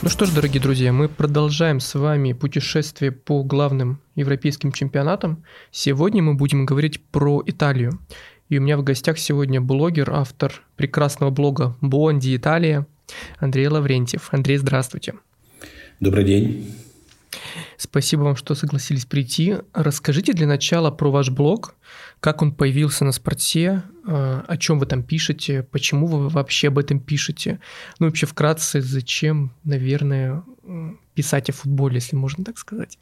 Ну что ж, дорогие друзья, мы продолжаем с вами путешествие по главным европейским чемпионатам. Сегодня мы будем говорить про Италию. И у меня в гостях сегодня блогер, автор прекрасного блога «Buon di Italia» Андрей Лаврентьев. Андрей, здравствуйте. Добрый день. Спасибо вам, что согласились прийти. Расскажите для начала про ваш блог, как он появился на Спорте, о чем вы там пишете, почему вы вообще об этом пишете. Ну, вообще вкратце, зачем, наверное, писать о футболе, если можно так сказать.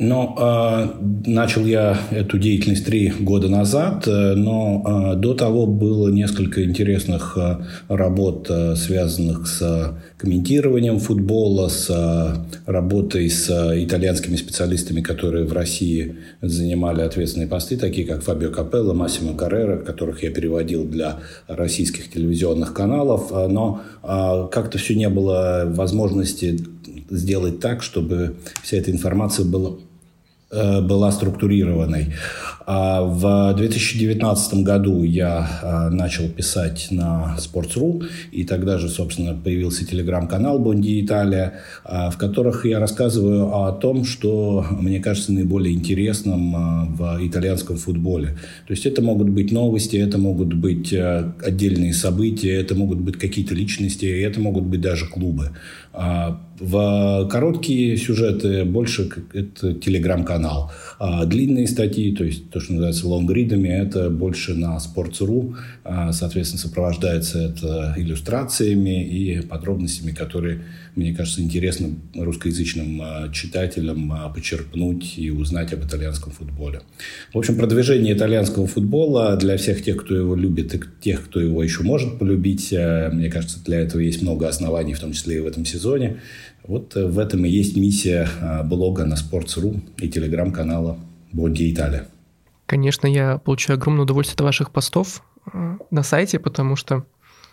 Начал я эту деятельность 3 года назад, но до того было несколько интересных работ, связанных с комментированием футбола, с работой с итальянскими специалистами, которые в России занимали ответственные посты, такие как Фабио Капелло, Массимо Каррера, которых я переводил для российских телевизионных каналов, но как-то все не было возможности сделать так, чтобы вся эта информация была структурированной. В 2019 году я начал писать на Sports.ru, и тогда же, собственно, появился телеграм-канал «Buon di Italia», в которых я рассказываю о том, что мне кажется наиболее интересным в итальянском футболе. То есть это могут быть новости, это могут быть отдельные события, это могут быть какие-то личности, это могут быть даже клубы. В короткие сюжеты больше это телеграм-канал. Длинные статьи, то есть то, что называется лонгридами, это больше на Sports.ru. Соответственно, сопровождается это иллюстрациями и подробностями, которые, мне кажется, интересны русскоязычным читателям почерпнуть и узнать об итальянском футболе. В общем, продвижение итальянского футбола для всех тех, кто его любит, и тех, кто его еще может полюбить, мне кажется, для этого есть много оснований, в том числе и в этом сезоне. Вот в этом и есть миссия блога на Sports.ru и телеграм-канала «Buon di Italia». Конечно, я получаю огромное удовольствие от ваших постов на сайте, потому что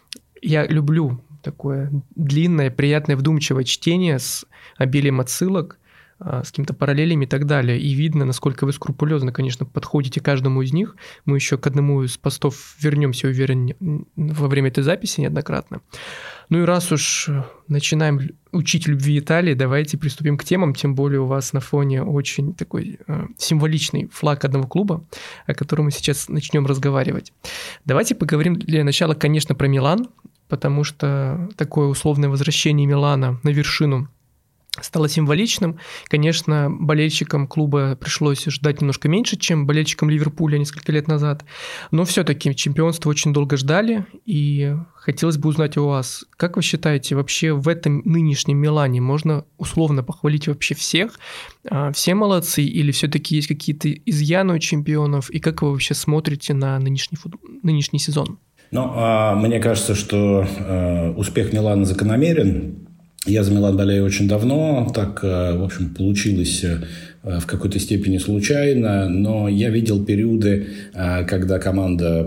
я люблю такое длинное, приятное, вдумчивое чтение с обилием отсылок, с какими-то параллелями и так далее. И видно, насколько вы скрупулезно, конечно, подходите к каждому из них. Мы еще к одному из постов вернемся, уверен, во время этой записи неоднократно. Ну и раз уж начинаем учить любви Италии, давайте приступим к темам, тем более у вас на фоне очень такой символичный флаг одного клуба, о котором мы сейчас начнем разговаривать. Давайте поговорим для начала, конечно, про Милан, потому что такое условное возвращение Милана на вершину стало символичным. Конечно, болельщикам клуба пришлось ждать немножко меньше, чем болельщикам Ливерпуля несколько лет назад, но все-таки чемпионство очень долго ждали, и хотелось бы узнать у вас, как вы считаете, вообще в этом нынешнем Милане можно условно похвалить вообще всех? Все молодцы или все-таки есть какие-то изъяны у чемпионов, и как вы вообще смотрите на нынешний сезон? Мне кажется, что успех Милана закономерен. Я за Милан болею очень давно, так, в общем, получилось в какой-то степени случайно, но я видел периоды, когда команда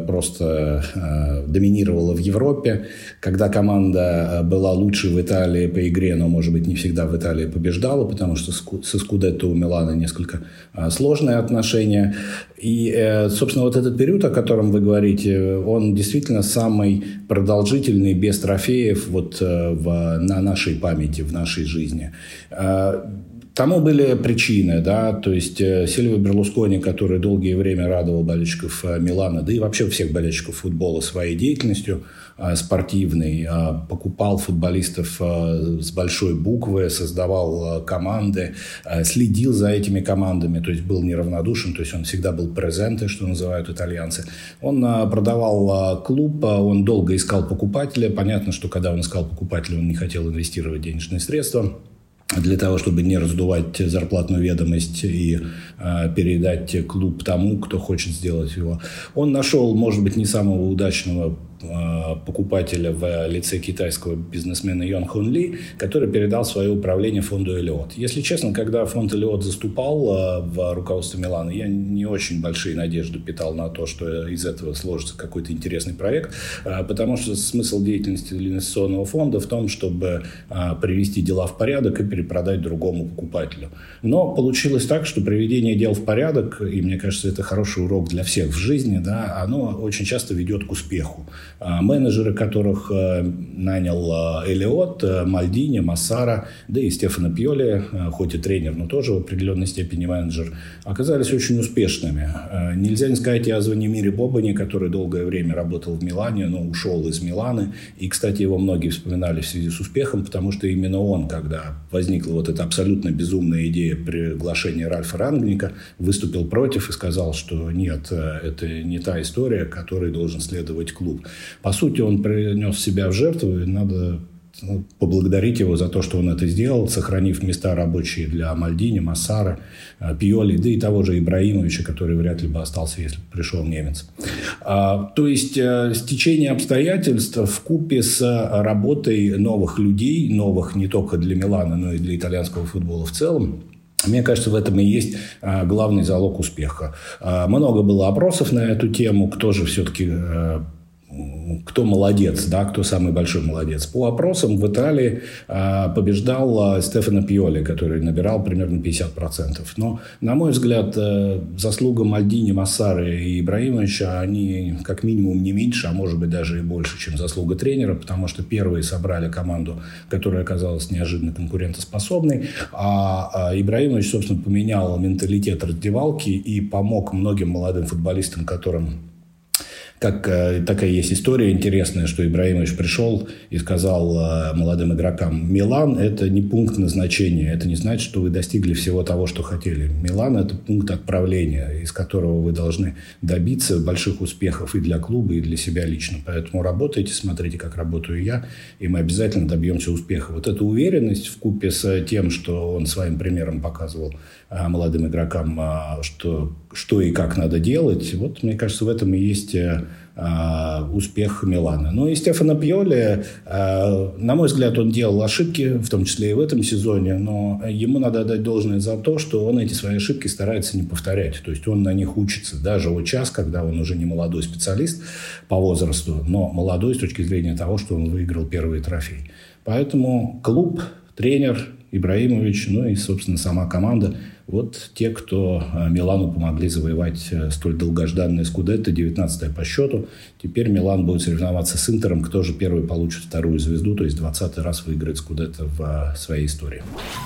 просто доминировала в Европе, когда команда была лучше в Италии по игре, но, может быть, не всегда в Италии побеждала, потому что со Скудетто у Милана несколько сложные отношения. И, собственно, вот этот период, о котором вы говорите, он действительно самый продолжительный, без трофеев на нашей памяти, в нашей жизни. Тому были причины, да, то есть Сильвио Берлускони, который долгое время радовал болельщиков Милана, да и вообще всех болельщиков футбола своей деятельностью спортивной, покупал футболистов с большой буквы, создавал команды, следил за этими командами, то есть был неравнодушен, то есть он всегда был презенте, что называют итальянцы. Он продавал клуб, он долго искал покупателя. Понятно, что когда он искал покупателя, он не хотел инвестировать денежные средства для того, чтобы не раздувать зарплатную ведомость и передать клуб тому, кто хочет сделать его. Он нашел, может быть, не самого удачного покупателя в лице китайского бизнесмена Йон Хун Ли, который передал свое управление фонду Элиот. Если честно, когда фонд Элиот заступал в руководство Милана, я не очень большие надежды питал на то, что из этого сложится какой-то интересный проект, потому что смысл деятельности инвестиционного фонда в том, чтобы привести дела в порядок и перепродать другому покупателю. Но получилось так, что приведение дел в порядок, и мне кажется, это хороший урок для всех в жизни, да, оно очень часто ведет к успеху. менеджеры, которых нанял Элиот, Мальдини, Массара, да и Стефано Пьоли, хоть и тренер, но тоже в определенной степени менеджер, оказались очень успешными. Нельзя не сказать и о Звонимире Бобане, который долгое время работал в Милане, но ушел из Милана. И, кстати, его многие вспоминали в связи с успехом, потому что именно он, когда возникла вот эта абсолютно безумная идея приглашения Ральфа Рангника, выступил против и сказал, что нет, это не та история, которой должен следовать клуб. По сути, он принес себя в жертву, и надо поблагодарить его за то, что он это сделал, сохранив места рабочие для Мальдини, Массара, Пьоли, да и того же Ибрahimović, который вряд ли бы остался, если бы пришел немец. То есть стечение обстоятельств вкупе с работой новых людей, новых не только для Милана, но и для итальянского футбола в целом, мне кажется, в этом и есть главный залог успеха. Много было опросов на эту тему, кто же все-таки... Кто молодец, да, кто самый большой молодец. По опросам в Италии побеждал Стефано Пьоли, который набирал примерно 50%. Но, на мой взгляд, заслуга Мальдини, Массары и Ибрahimović, они как минимум не меньше, а может быть даже и больше, чем заслуга тренера, потому что первые собрали команду, которая оказалась неожиданно конкурентоспособной, а Ибрahimović, собственно, поменял менталитет раздевалки и помог многим молодым футболистам, которым... Такая есть история интересная, что Ибрahimović пришел и сказал молодым игрокам: Милан – это не пункт назначения, это не значит, что вы достигли всего того, что хотели. Милан – это пункт отправления, из которого вы должны добиться больших успехов и для клуба, и для себя лично. Поэтому работайте, смотрите, как работаю я, и мы обязательно добьемся успеха. Вот эта уверенность вкупе с тем, что он своим примером показывал молодым игрокам, что и как надо делать, вот, мне кажется, в этом и есть успех Милана. Ну и Стефано Пьоли, на мой взгляд, он делал ошибки, в том числе и в этом сезоне, но ему надо отдать должное за то, что он эти свои ошибки старается не повторять. То есть он на них учится. Даже вот сейчас, когда он уже не молодой специалист по возрасту, но молодой с точки зрения того, что он выиграл первый трофей. Поэтому клуб, тренер, Ибрahimović, ну и, собственно, сама команда. Вот те, кто Милану помогли завоевать столь долгожданное скудетто, 19-е по счету. Теперь Милан будет соревноваться с Интером, кто же первый получит вторую звезду, то есть 20-й раз выиграет скудетто в своей истории.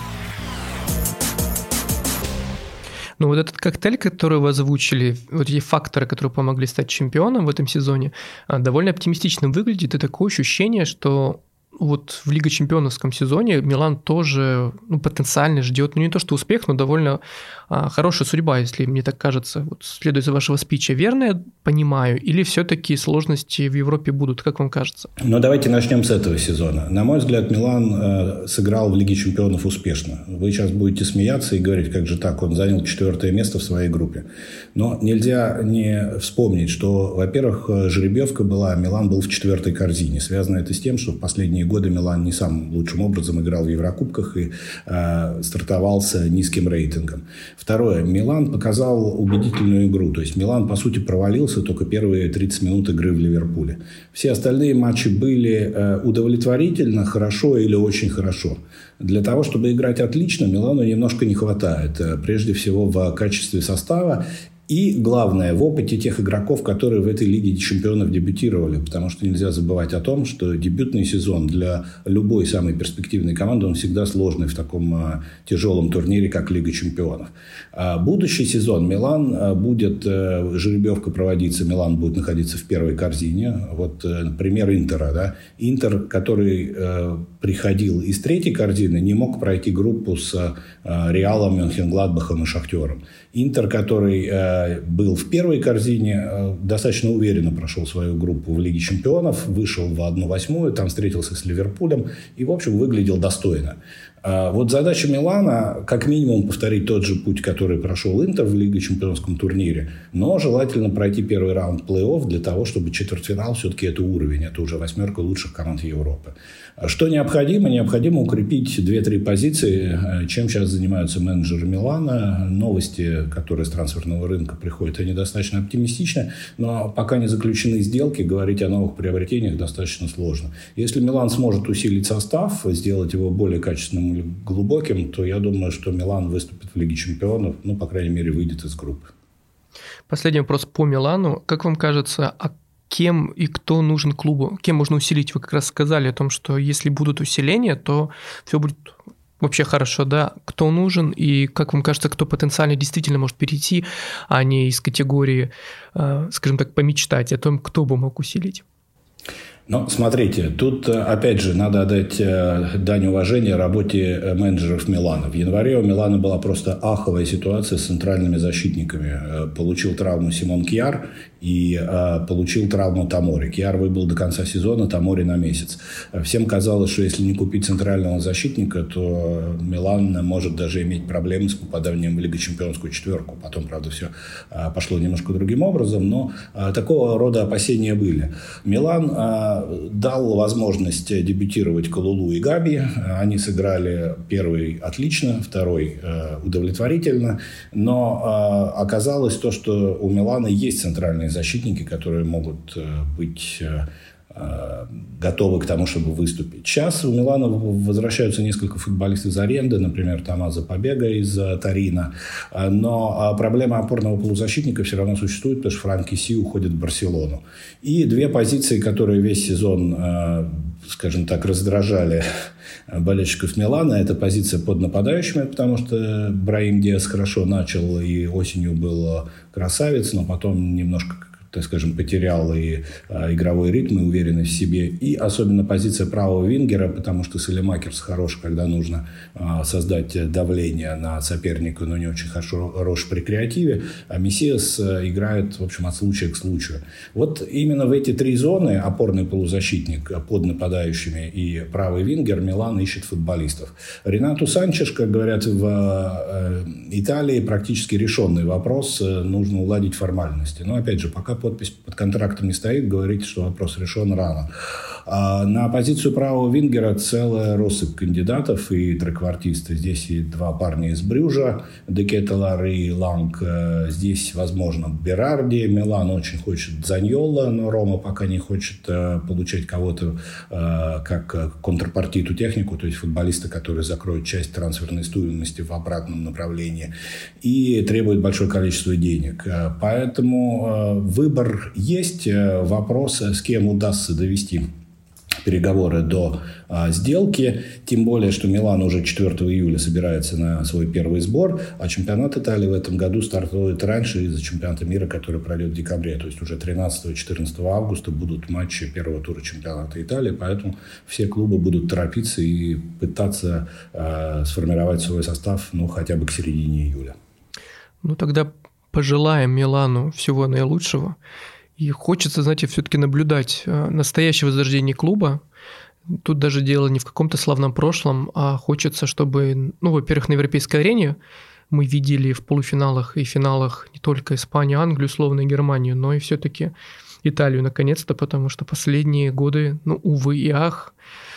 Ну, вот этот коктейль, который вы озвучили, вот эти факторы, которые помогли стать чемпионом в этом сезоне, довольно оптимистично выглядит. И такое ощущение, что вот в Лиге Чемпионовском сезоне Милан тоже потенциально ждет, не то что успех, но довольно хорошая судьба, если мне так кажется. Вот, следуя из вашего спича, верно я понимаю? Или все-таки сложности в Европе будут, как вам кажется? Ну, давайте начнем с этого сезона. На мой взгляд, Милан сыграл в Лиге Чемпионов успешно. Вы сейчас будете смеяться и говорить, как же так, он занял 4-е место в своей группе. Но нельзя не вспомнить, что, во-первых, жеребьевка была, Милан был в 4-й корзине. Связано это с тем, что в последние годы Милан не самым лучшим образом играл в Еврокубках и стартовал с низким рейтингом. Второе. Милан показал убедительную игру. То есть Милан, по сути, провалился только первые 30 минут игры в Ливерпуле. Все остальные матчи были удовлетворительно, хорошо или очень хорошо. Для того, чтобы играть отлично, Милану немножко не хватает. Прежде всего в качестве состава. И, главное, в опыте тех игроков, которые в этой Лиге Чемпионов дебютировали. Потому что нельзя забывать о том, что дебютный сезон для любой самой перспективной команды, он всегда сложный в таком тяжелом турнире, как Лига Чемпионов. Будущий сезон Милан будет, жеребьевка проводиться, Милан будет находиться в первой корзине. Вот пример Интера. Да? Интер, который приходил из третьей корзины, не мог пройти группу с Реалом, Мönchengladbach'ом и Шахтером. Интер, который был в первой корзине, достаточно уверенно прошел свою группу в Лиге Чемпионов, вышел в 1/8, там встретился с Ливерпулем и, в общем, выглядел достойно. Вот задача Милана, как минимум, повторить тот же путь, который прошел Интер в Лиге Чемпионском турнире, но желательно пройти первый раунд плей-офф для того, чтобы четвертьфинал все-таки это уровень, это уже 8 лучших команд Европы. Что необходимо? Необходимо укрепить 2-3 позиции, чем сейчас занимаются менеджеры Милана. Новости, которые с трансферного рынка приходят, они достаточно оптимистичны, но пока не заключены сделки, говорить о новых приобретениях достаточно сложно. Если Милан сможет усилить состав, сделать его более качественным и глубоким, то я думаю, что Милан выступит в Лиге Чемпионов, по крайней мере, выйдет из группы. Последний вопрос по Милану. Как вам кажется, кем и кто нужен клубу, кем можно усилить. Вы как раз сказали о том, что если будут усиления, то все будет вообще хорошо, да. Кто нужен и, как вам кажется, кто потенциально действительно может перейти, а не из категории, скажем так, помечтать о том, кто бы мог усилить? Ну, смотрите, тут, опять же, надо отдать дань уважения работе менеджеров Милана. В январе у Милана была просто аховая ситуация с центральными защитниками. Получил травму Симон Кьяр и получил травму Томори. Кьяр выбыл до конца сезона, Томори на месяц. Всем казалось, что если не купить центрального защитника, то Милан может даже иметь проблемы с попаданием в Лигу Чемпионскую четверку. Потом, правда, все пошло немножко другим образом, но такого рода опасения были. Милан дал возможность дебютировать Калулу и Габи. Они сыграли первый отлично, второй удовлетворительно. Но оказалось то, что у Милана есть центральные защитники, которые могут быть готовы к тому, чтобы выступить. Сейчас у Милана возвращаются несколько футболистов из аренды, например, Томмазо Побега из Торино. Но проблема опорного полузащитника все равно существует, потому что Франки Си уходит в Барселону. И две позиции, которые весь сезон, скажем так, раздражали болельщиков Милана, это позиция под нападающими, потому что Браим Диас хорошо начал и осенью был красавец, но потом немножко, так скажем, потерял и игровой ритм, и уверенность в себе. И особенно позиция правого вингера, потому что Салемакерс хорош, когда нужно создать давление на соперника, но не очень хорош при креативе. А Мессиас играет, в общем, от случая к случаю. Вот именно в эти три зоны, опорный полузащитник под нападающими и правый вингер, Милан ищет футболистов. Ренату Санчеш, как говорят в Италии, практически решенный вопрос. Нужно уладить формальности. Но, опять же, пока подпись под контрактом не стоит, говорите, что вопрос решен рано. На позицию правого вингера целая россыпь кандидатов и треквартисты. Здесь и два парня из Брюжа, Декетелар и Ланг. Здесь, возможно, Берарди. Милан очень хочет Дзаньоло, но Рома пока не хочет получать кого-то как контрпартиту технику, то есть футболиста, который закроет часть трансферной стоимости в обратном направлении и требует большое количество денег. Поэтому выбор есть. Вопрос, с кем удастся довести переговоры до сделки. Тем более, что Милан уже 4 июля собирается на свой первый сбор, а чемпионат Италии в этом году стартует раньше из-за чемпионата мира, который пройдет в декабре. То есть уже 13-14 августа будут матчи первого тура чемпионата Италии, поэтому все клубы будут торопиться и пытаться сформировать свой состав, хотя бы к середине июля. Тогда пожелаем Милану всего наилучшего. И хочется, знаете, все-таки наблюдать настоящее возрождение клуба. Тут даже дело не в каком-то славном прошлом, а хочется, чтобы, во-первых, на европейской арене мы видели в полуфиналах и финалах не только Испанию, Англию, условно, и Германию, но и все-таки Италию наконец-то, потому что последние годы, увы и ах,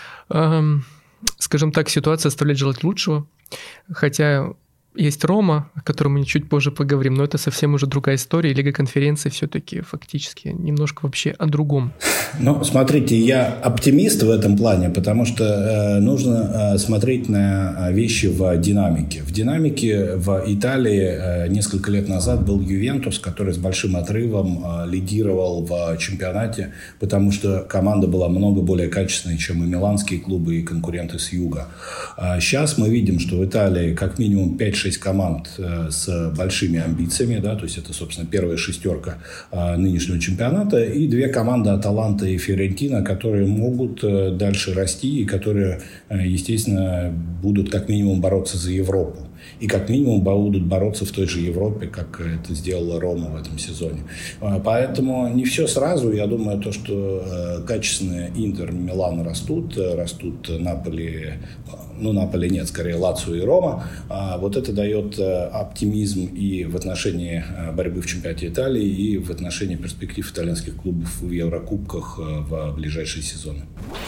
скажем так, ситуация оставляет желать лучшего. Хотя есть Рома, о котором мы чуть позже поговорим, но это совсем уже другая история. Лига конференций все-таки фактически немножко вообще о другом. Смотрите, я оптимист в этом плане, потому что нужно смотреть на вещи в динамике. В динамике в Италии несколько лет назад был Ювентус, который с большим отрывом лидировал в чемпионате, потому что команда была много более качественной, чем и миланские клубы, и конкуренты с юга. Сейчас мы видим, что в Италии как минимум 5-6 команд с большими амбициями, да, то есть это, собственно, первая шестерка нынешнего чемпионата, и две команды Аталанта и Фиорентина, которые могут дальше расти и которые, естественно, будут как минимум бороться за Европу. И как минимум будут бороться в той же Европе, как это сделала Рома в этом сезоне. Поэтому не все сразу. Я думаю, что качественные Интер, Милан растут Наполи, Наполи нет, скорее Лацио и Рома. Вот это дает оптимизм и в отношении борьбы в чемпионате Италии, и в отношении перспектив итальянских клубов в Еврокубках в ближайшие сезоны.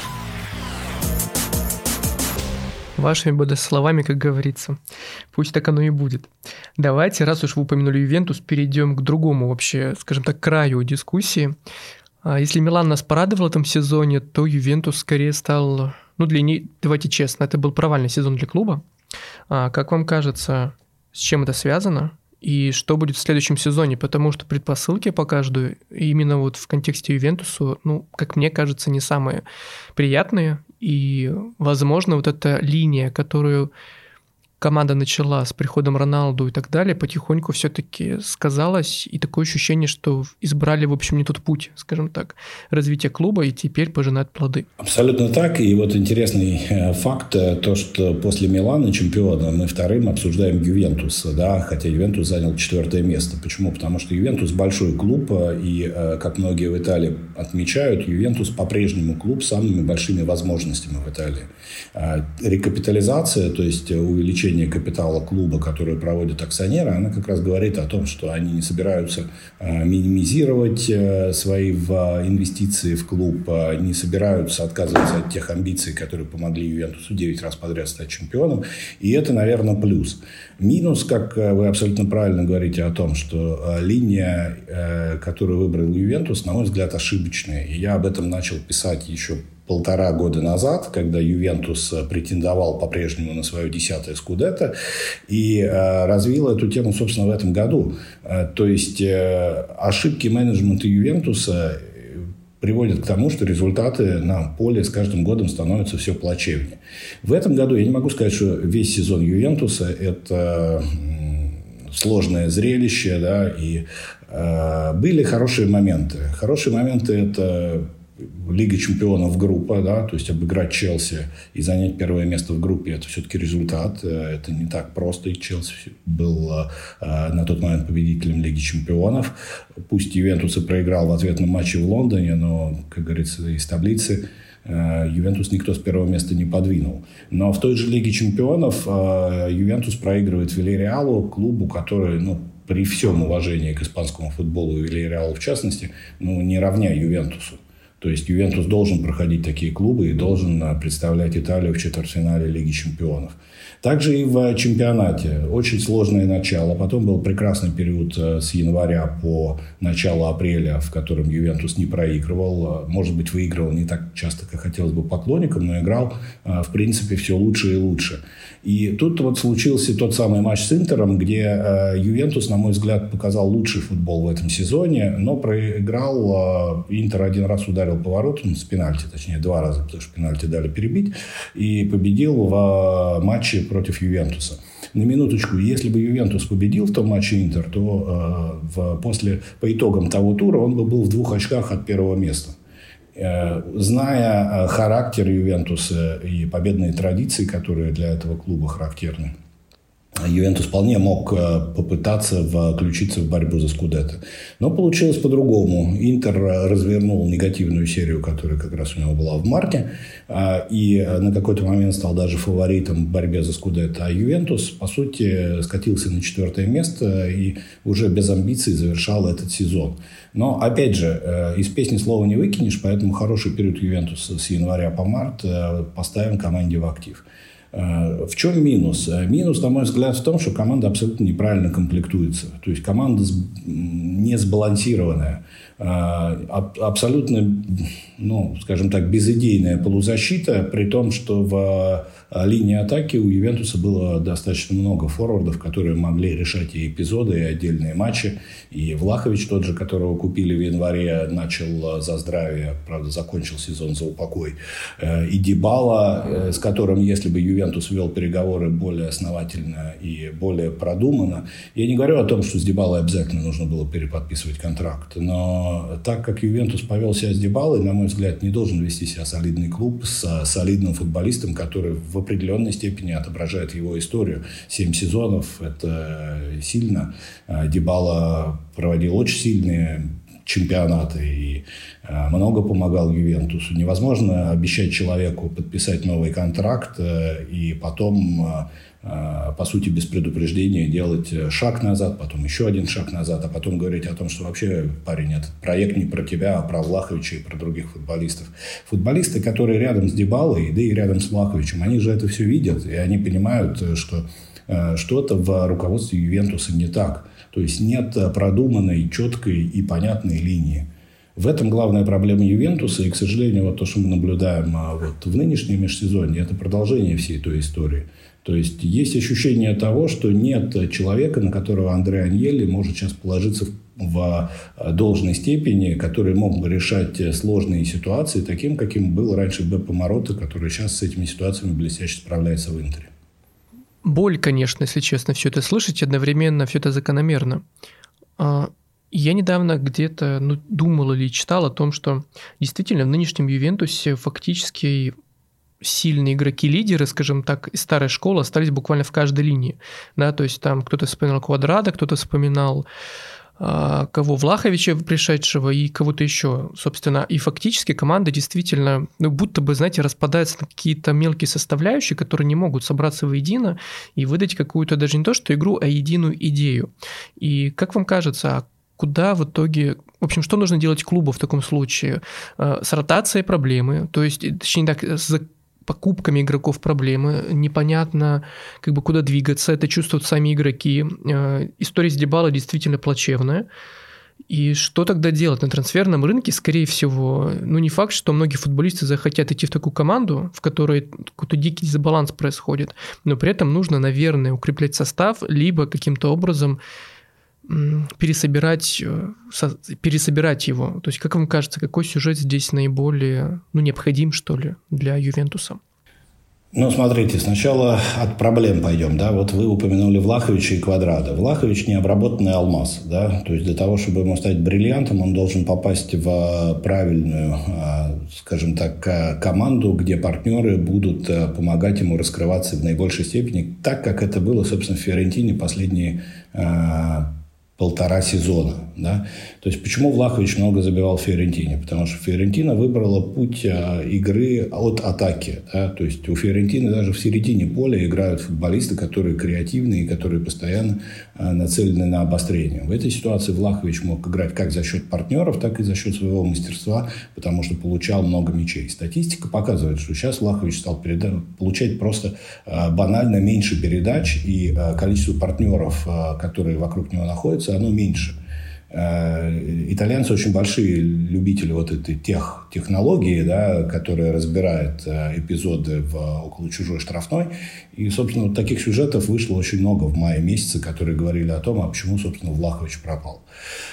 Вашими словами, как говорится. Пусть так оно и будет. Давайте, раз уж вы упомянули Ювентус, перейдем к другому вообще, скажем так, краю дискуссии. Если Милан нас порадовал в этом сезоне, то Ювентус скорее стал, давайте честно, это был провальный сезон для клуба. Как вам кажется, с чем это связано? и что будет в следующем сезоне, потому что предпосылки по каждую, именно вот в контексте Ювентуса, ну, как мне кажется, не самые приятные, и, возможно, вот эта линия, которую команда начала с приходом Роналду и так далее, потихоньку все-таки сказалась, и такое ощущение, что избрали, в общем, не тот путь, скажем так, развития клуба, и теперь пожинают плоды. Абсолютно так. И вот интересный факт, то, что после Милана, чемпиона, мы вторым обсуждаем Ювентус, да, хотя Ювентус занял 4 место. Почему? Потому что Ювентус большой клуб, и, как многие в Италии отмечают, Ювентус по-прежнему клуб с самыми большими возможностями в Италии. Рекапитализация, то есть увеличение капитала клуба, которую проводят акционеры, она как раз говорит о том, что они не собираются минимизировать свои инвестиции в клуб, не собираются отказываться от тех амбиций, которые помогли Ювентусу 9 раз подряд стать чемпионом. И это, наверное, плюс. Минус, как вы абсолютно правильно говорите о том, что линия, которую выбрал Ювентус, на мой взгляд, ошибочная. И я об этом начал писать еще 1,5 года назад, когда Ювентус претендовал по-прежнему на свое 10-е скудетто, и развил эту тему, собственно, в этом году. То есть ошибки менеджмента Ювентуса приводят к тому, что результаты на поле с каждым годом становятся все плачевнее. В этом году я не могу сказать, что весь сезон Ювентуса – это сложное зрелище, да, и были хорошие моменты. Хорошие моменты – это Лига чемпионов группа, да, то есть обыграть Челси и занять первое место в группе – это все-таки результат. Это не так просто. И Челси был на тот момент победителем Лиги чемпионов. Пусть Ювентус и проиграл в ответном матче в Лондоне, но, как говорится, из таблицы Ювентус никто с первого места не подвинул. Но в той же Лиге чемпионов Ювентус проигрывает Вильярреалу, клубу, который, при всем уважении к испанскому футболу и Вильярреалу в частности, не равня Ювентусу. То есть Ювентус должен проходить такие клубы и должен представлять Италию в четвертьфинале Лиги чемпионов. Также и в чемпионате. Очень сложное начало. Потом был прекрасный период с января по начало апреля, в котором Ювентус не проигрывал. Может быть, выигрывал не так часто, как хотелось бы поклонникам, но играл, в принципе, все лучше и лучше. И тут вот случился тот самый матч с Интером, где Ювентус, на мой взгляд, показал лучший футбол в этом сезоне, но проиграл. Интер один раз ударил по воротам с пенальти, точнее 2 раза, потому что пенальти дали перебить, и победил в матче против Ювентуса. На минуточку, если бы Ювентус победил в том матче Интер, то по итогам того тура он бы был в 2 очках от первого места. Зная характер Ювентуса и победные традиции, которые для этого клуба характерны, Ювентус вполне мог попытаться включиться в борьбу за скудетто. Но получилось по-другому. Интер развернул негативную серию, которая как раз у него была в марте, и на какой-то момент стал даже фаворитом в борьбе за скудетто. А Ювентус, по сути, скатился на 4-е место и уже без амбиций завершал этот сезон. Но, опять же, из песни слова не выкинешь, поэтому хороший период Ювентуса с января по март поставим команде в актив. В чем минус? Минус, на мой взгляд, в том, что команда абсолютно неправильно комплектуется. То есть команда не сбалансированная. Абсолютно, скажем так, безыдейная полузащита, при том, что в линии атаки у Ювентуса было достаточно много форвардов, которые могли решать и эпизоды, и отдельные матчи. И Влахович тот же, которого купили в январе, начал за здравие, правда, закончил сезон за упокой. И Дибала, с которым, если бы Ювентус вел переговоры более основательно и более продуманно, я не говорю о том, что с Дибалой обязательно нужно было переподписывать контракт, но так как Ювентус повел себя с Дибалой, на мой взгляд, не должен вести себя солидный клуб с солидным футболистом, который в определенной степени отображает его историю. 7 сезонов – это сильно. Дибала проводил очень сильные чемпионаты и много помогал Ювентусу. Невозможно обещать человеку подписать новый контракт и потом, по сути, без предупреждения делать шаг назад, потом еще один шаг назад, а потом говорить о том, что вообще, парень, этот проект не про тебя, а про Влаховича и про других футболистов. Футболисты, которые рядом с Дибалой, да и рядом с Влаховичем, они же это все видят, и они понимают, что что-то в руководстве Ювентуса не так. То есть нет продуманной, четкой и понятной линии. В этом главная проблема Ювентуса. И, к сожалению, то, что мы наблюдаем в нынешнем межсезонье, это продолжение всей той истории. То есть ощущение того, что нет человека, на которого Андреа Аньелли может сейчас положиться в должной степени, который мог бы решать сложные ситуации таким, каким был раньше Беппо Маротта, который сейчас с этими ситуациями блестяще справляется в Интере. Боль, конечно, если честно, все это слышать, одновременно все это закономерно. Я недавно где-то думал или читал о том, что действительно в нынешнем Ювентусе фактически сильные игроки-лидеры, скажем так, из старой школы остались буквально в каждой линии. Да, то есть там кто-то вспоминал Квадрада, кто-то вспоминал Влаховича, пришедшего, и кого-то еще, собственно. И фактически команда действительно, будто бы, знаете, распадается на какие-то мелкие составляющие, которые не могут собраться воедино и выдать какую-то даже не то что игру, а единую идею. И как вам кажется, куда в итоге... В общем, что нужно делать клубу в таком случае? С ротацией проблемы, то есть, точнее так, с покупками игроков проблемы, непонятно, куда двигаться, это чувствуют сами игроки. История с Дибало действительно плачевная. И что тогда делать на трансферном рынке? Скорее всего, не факт, что многие футболисты захотят идти в такую команду, в которой какой-то дикий дисбаланс происходит, но при этом нужно, наверное, укреплять состав, либо каким-то образом пересобирать его. То есть, как вам кажется, какой сюжет здесь наиболее необходим, что ли, для Ювентуса? Смотрите, сначала от проблем пойдем. Да? Вот вы упомянули Влаховича и Квадрада. Влахович – необработанный алмаз. Да? То есть, для того, чтобы ему стать бриллиантом, он должен попасть в правильную, скажем так, команду, где партнеры будут помогать ему раскрываться в наибольшей степени, так, как это было, собственно, в Фиорентине последние 1,5 сезона. Да? То есть, почему Влахович много забивал в Фиорентине? Потому что Фиорентина выбрала путь игры от атаки. Да? То есть, у Фиорентины даже в середине поля играют футболисты, которые креативные и которые постоянно нацелены на обострение. В этой ситуации Влахович мог играть как за счет партнеров, так и за счет своего мастерства, потому что получал много мячей. Статистика показывает, что сейчас Влахович стал получать просто банально меньше передач, и количество партнеров, которые вокруг него находятся, оно меньше. Итальянцы очень большие любители вот этой технологии, да, которая разбирает эпизоды около чужой штрафной. И, собственно, вот таких сюжетов вышло очень много в мае месяце, которые говорили о том, почему, собственно, Влахович пропал.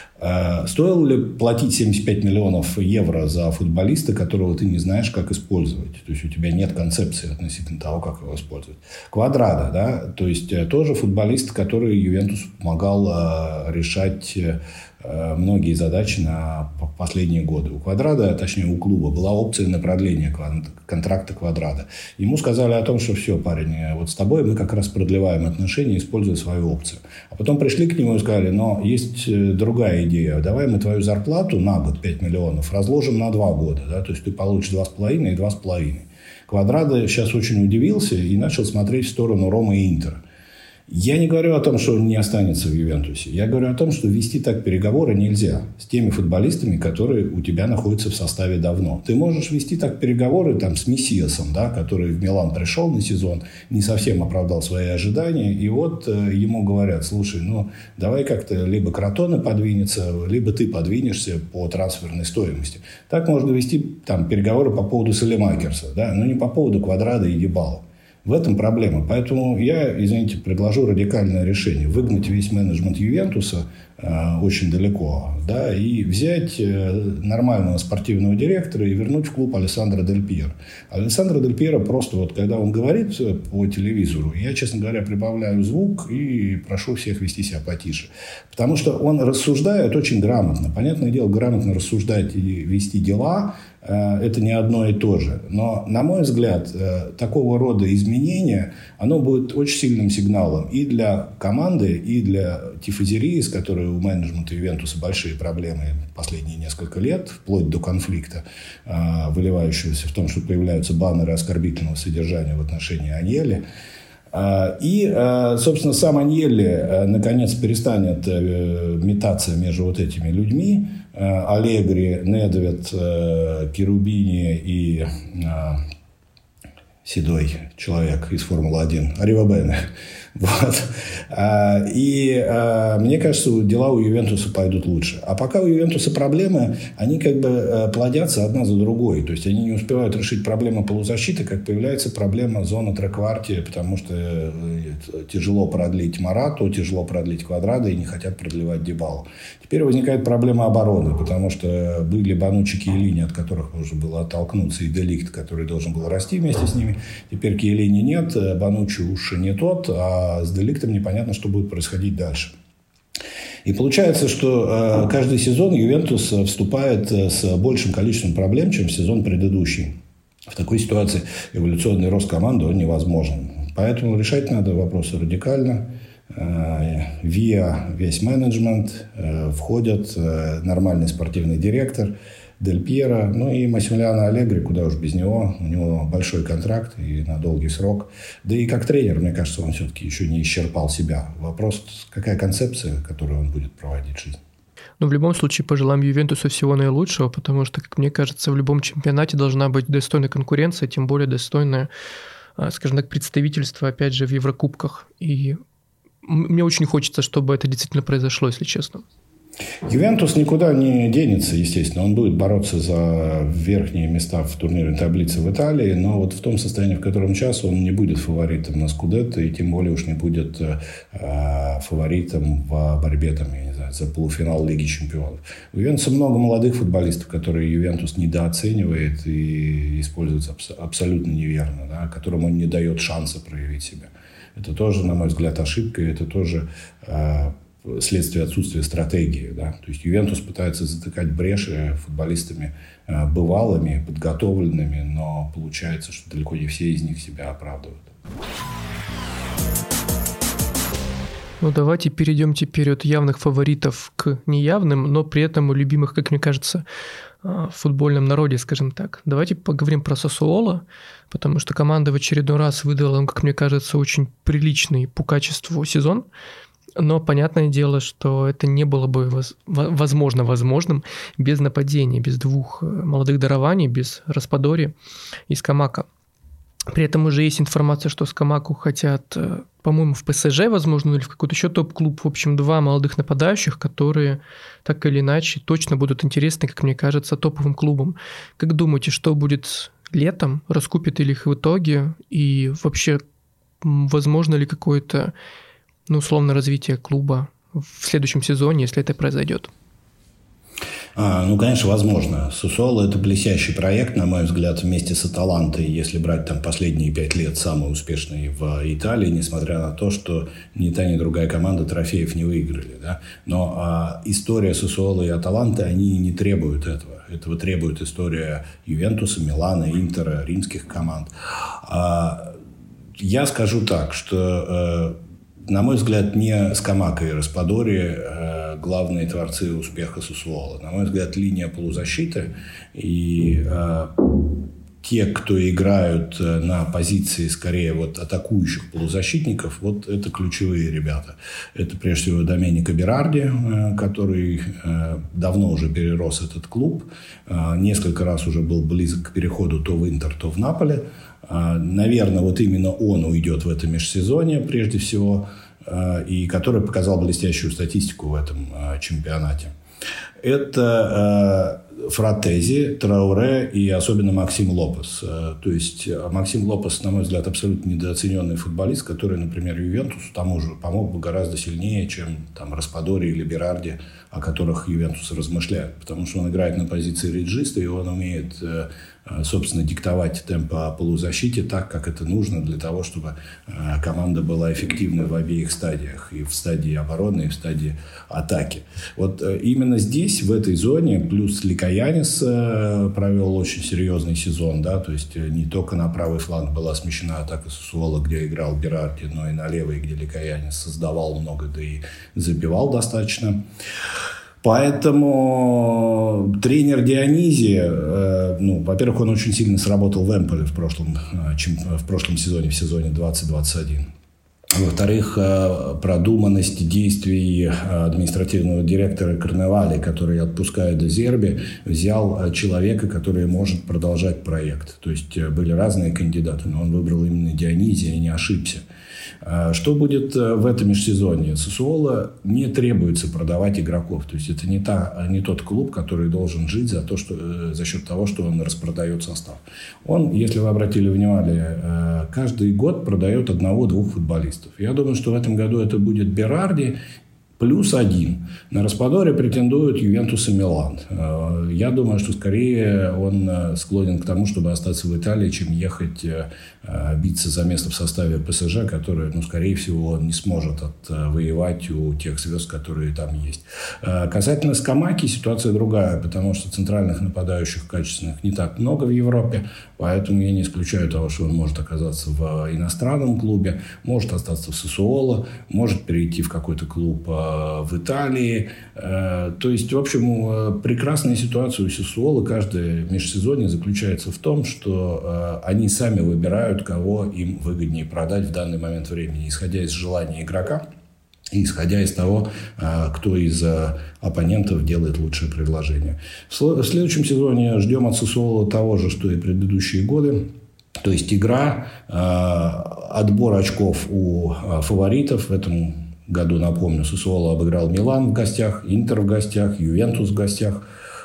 Стоило ли платить 75 миллионов евро за футболиста, которого ты не знаешь, как использовать? То есть, у тебя нет концепции относительно того, как его использовать. Квадрада, да, то есть, тоже футболист, который Ювентусу помогал решать многие задачи на последние годы. У Квадрада, точнее у клуба, была опция на продление контракта Квадрада. Ему сказали о том, что все, парень, вот с тобой мы как раз продлеваем отношения, используя свою опцию. А потом пришли к нему и сказали, но есть другая идея. Давай мы твою зарплату на год 5 миллионов разложим на 2 года. Да? То есть, ты получишь 2,5 и 2,5. Квадрада сейчас очень удивился и начал смотреть в сторону Ромы и Интера. Я не говорю о том, что он не останется в Ювентусе. Я говорю о том, что вести так переговоры нельзя с теми футболистами, которые у тебя находятся в составе давно. Ты можешь вести так переговоры с Мессиасом, да, который в Милан пришел на сезон, не совсем оправдал свои ожидания. И вот ему говорят, слушай, давай как-то либо Кротоне подвинется, либо ты подвинешься по трансферной стоимости. Так можно вести переговоры по поводу Салемакерса, да, но не по поводу Квадрада и Дибало. В этом проблема. Поэтому я, предложу радикальное решение. Выгнать весь менеджмент Ювентуса очень далеко, да, и взять нормального спортивного директора и вернуть в клуб Алессандро Дель Пьеро. Алессандро Дель Пьеро просто когда он говорит по телевизору, я, честно говоря, прибавляю звук и прошу всех вести себя потише. Потому что он рассуждает очень грамотно. Понятное дело, грамотно рассуждать и вести дела – это не одно и то же. Но, на мой взгляд, такого рода изменения, оно будет очень сильным сигналом и для команды, и для тифозерии, с которой у менеджмента Ювентуса большие проблемы последние несколько лет, вплоть до конфликта, выливающегося в том, что появляются баннеры оскорбительного содержания в отношении Аньелли. И, собственно, сам Аньелли, наконец, перестанет метаться между вот этими людьми. Аллегри, Недвед, Керубини и седой человек из Формулы-1, Арривабене. Вот. И мне кажется, дела у Ювентуса пойдут лучше. А пока у Ювентуса проблемы, они как бы плодятся одна за другой. То есть они не успевают решить проблему полузащиты, как появляется проблема зоны трекварти, потому что тяжело продлить Морату, тяжело продлить Квадрада и не хотят продлевать Дибалу. Теперь возникает проблема обороны, потому что были Бонуччи, Киелини, от которых можно было оттолкнуться, и Де Лихт, который должен был расти вместе с ними. Теперь Киелини нет, Бонуччи уж не тот, а с Де Лихтом непонятно, что будет происходить дальше. И получается, что каждый сезон Ювентус вступает с большим количеством проблем, чем сезон предыдущий. В такой ситуации эволюционный рост команды он невозможен. Поэтому решать надо вопросы радикально. Виа весь менеджмент, входят нормальный спортивный директор Дель Пьеро, ну и Массимилиано Аллегри, куда уж без него. У него большой контракт и на долгий срок. Да и как тренер, мне кажется, он все-таки еще не исчерпал себя. Вопрос, какая концепция, которую он будет проводить в жизни. Но в любом случае пожелаем Ювентусу всего наилучшего, потому что, как мне кажется, в любом чемпионате должна быть достойная конкуренция, тем более достойное, скажем так, представительство, опять же, в Еврокубках. И мне очень хочется, чтобы это действительно произошло, если честно. Ювентус никуда не денется, естественно. Он будет бороться за верхние места в турнирной таблице в Италии, но вот в том состоянии, в котором сейчас, он не будет фаворитом на Скудетто, и тем более уж не будет фаворитом в борьбе там, я не знаю, за полуфинал Лиги Чемпионов. У Ювентуса много молодых футболистов, которые Ювентус недооценивает и используется абсолютно неверно, да, которым он не дает шанса проявить себя. Это тоже, на мой взгляд, ошибка, это тоже следствие отсутствия стратегии. Да? То есть Ювентус пытается затыкать бреши футболистами бывалыми, подготовленными, но получается, что далеко не все из них себя оправдывают. Ну, давайте перейдем теперь от явных фаворитов к неявным, но при этом у любимых, как мне кажется, в футбольном народе, скажем так. Давайте поговорим про Сассуоло, потому что команда в очередной раз выдала, как мне кажется, очень приличный по качеству сезон. Но понятное дело, что это не было бы возможным без нападения, без двух молодых дарований, без Распадори и Скамака. При этом уже есть информация, что Скамаку хотят, по-моему, в ПСЖ, возможно, или в какой-то еще топ-клуб. В общем, два молодых нападающих, которые так или иначе точно будут интересны, как мне кажется, топовым клубам. Как думаете, что будет летом? Раскупят ли их в итоге? И вообще, возможно ли какое-то, условно, развитие клуба в следующем сезоне, если это произойдет? Конечно, возможно. Сассуоло – это блестящий проект, на мой взгляд, вместе с Аталантой, если брать там последние 5 лет, самый успешный в Италии, несмотря на то, что ни та, ни другая команда трофеев не выиграли. Да? Но история Сассуоло и Аталанты, они не требуют этого. Этого требует история Ювентуса, Милана, Интера, римских команд. Я скажу так, что, на мой взгляд, не Скамака и Распадори главные творцы успеха Сассуоло. На мой взгляд, линия полузащиты и те, кто играют на позиции скорее вот атакующих полузащитников, вот это ключевые ребята. Это прежде всего Доменико Берарди, который давно уже перерос этот клуб, несколько раз уже был близок к переходу то в Интер, то в Наполе. Наверное, вот именно он уйдет в это межсезонье прежде всего, и который показал блестящую статистику в этом чемпионате. Это Фратези, Трауре и особенно Максим Лопес. То есть Максим Лопес, на мой взгляд, абсолютно недооцененный футболист, который, например, Ювентусу тому же помог бы гораздо сильнее, чем там Распадори или Берарди, о которых Ювентус размышляет. Потому что он играет на позиции реджиста, и он умеет, собственно, диктовать темп по полузащите так, как это нужно для того, чтобы команда была эффективной в обеих стадиях. И в стадии обороны, и в стадии атаки. Вот именно здесь, в этой зоне, плюс Ликаянис провел очень серьезный сезон. Да? То есть не только на правый фланг была смещена атака Сассуоло, где играл Берарди, но и на левый, где Ликаянис создавал много, да и забивал достаточно. Поэтому тренер Дионизи, во-первых, он очень сильно сработал в Эмполе в прошлом сезоне, в сезоне 2021. Во-вторых, продуманность действий административного директора Карневали, который, отпуская де Зерби, взял человека, который может продолжать проект. То есть были разные кандидаты, но он выбрал именно Дионизия и не ошибся. Что будет в этом межсезонье? Сассуоло не требуется продавать игроков. То есть это не тот клуб, который должен жить за счет того, что он распродает состав. Он, если вы обратили внимание, каждый год продает 1-2 футболистов. Я думаю, что в этом году это будет Берарди плюс 1. На Распадоре претендуют Ювентус и Милан. Я думаю, что скорее он склонен к тому, чтобы остаться в Италии, чем ехать биться за место в составе ПСЖ, которое, скорее всего, он не сможет отвоевать у тех звезд, которые там есть. Касательно Скамаки ситуация другая, потому что центральных нападающих качественных не так много в Европе, поэтому я не исключаю того, что он может оказаться в иностранном клубе, может остаться в Сассуоло, может перейти в какой-то клуб в Италии. То есть, в общем, прекрасная ситуация у Сассуоло. Каждое межсезонье заключается в том, что они сами выбирают, кого им выгоднее продать в данный момент времени, исходя из желания игрока и исходя из того, кто из оппонентов делает лучшее предложение. В следующем сезоне ждем от Сассуоло того же, что и предыдущие годы. То есть игра, отбор очков у фаворитов. В этом году, напомню, Сассуоло обыграл Милан в гостях, Интер в гостях, Ювентус в гостях,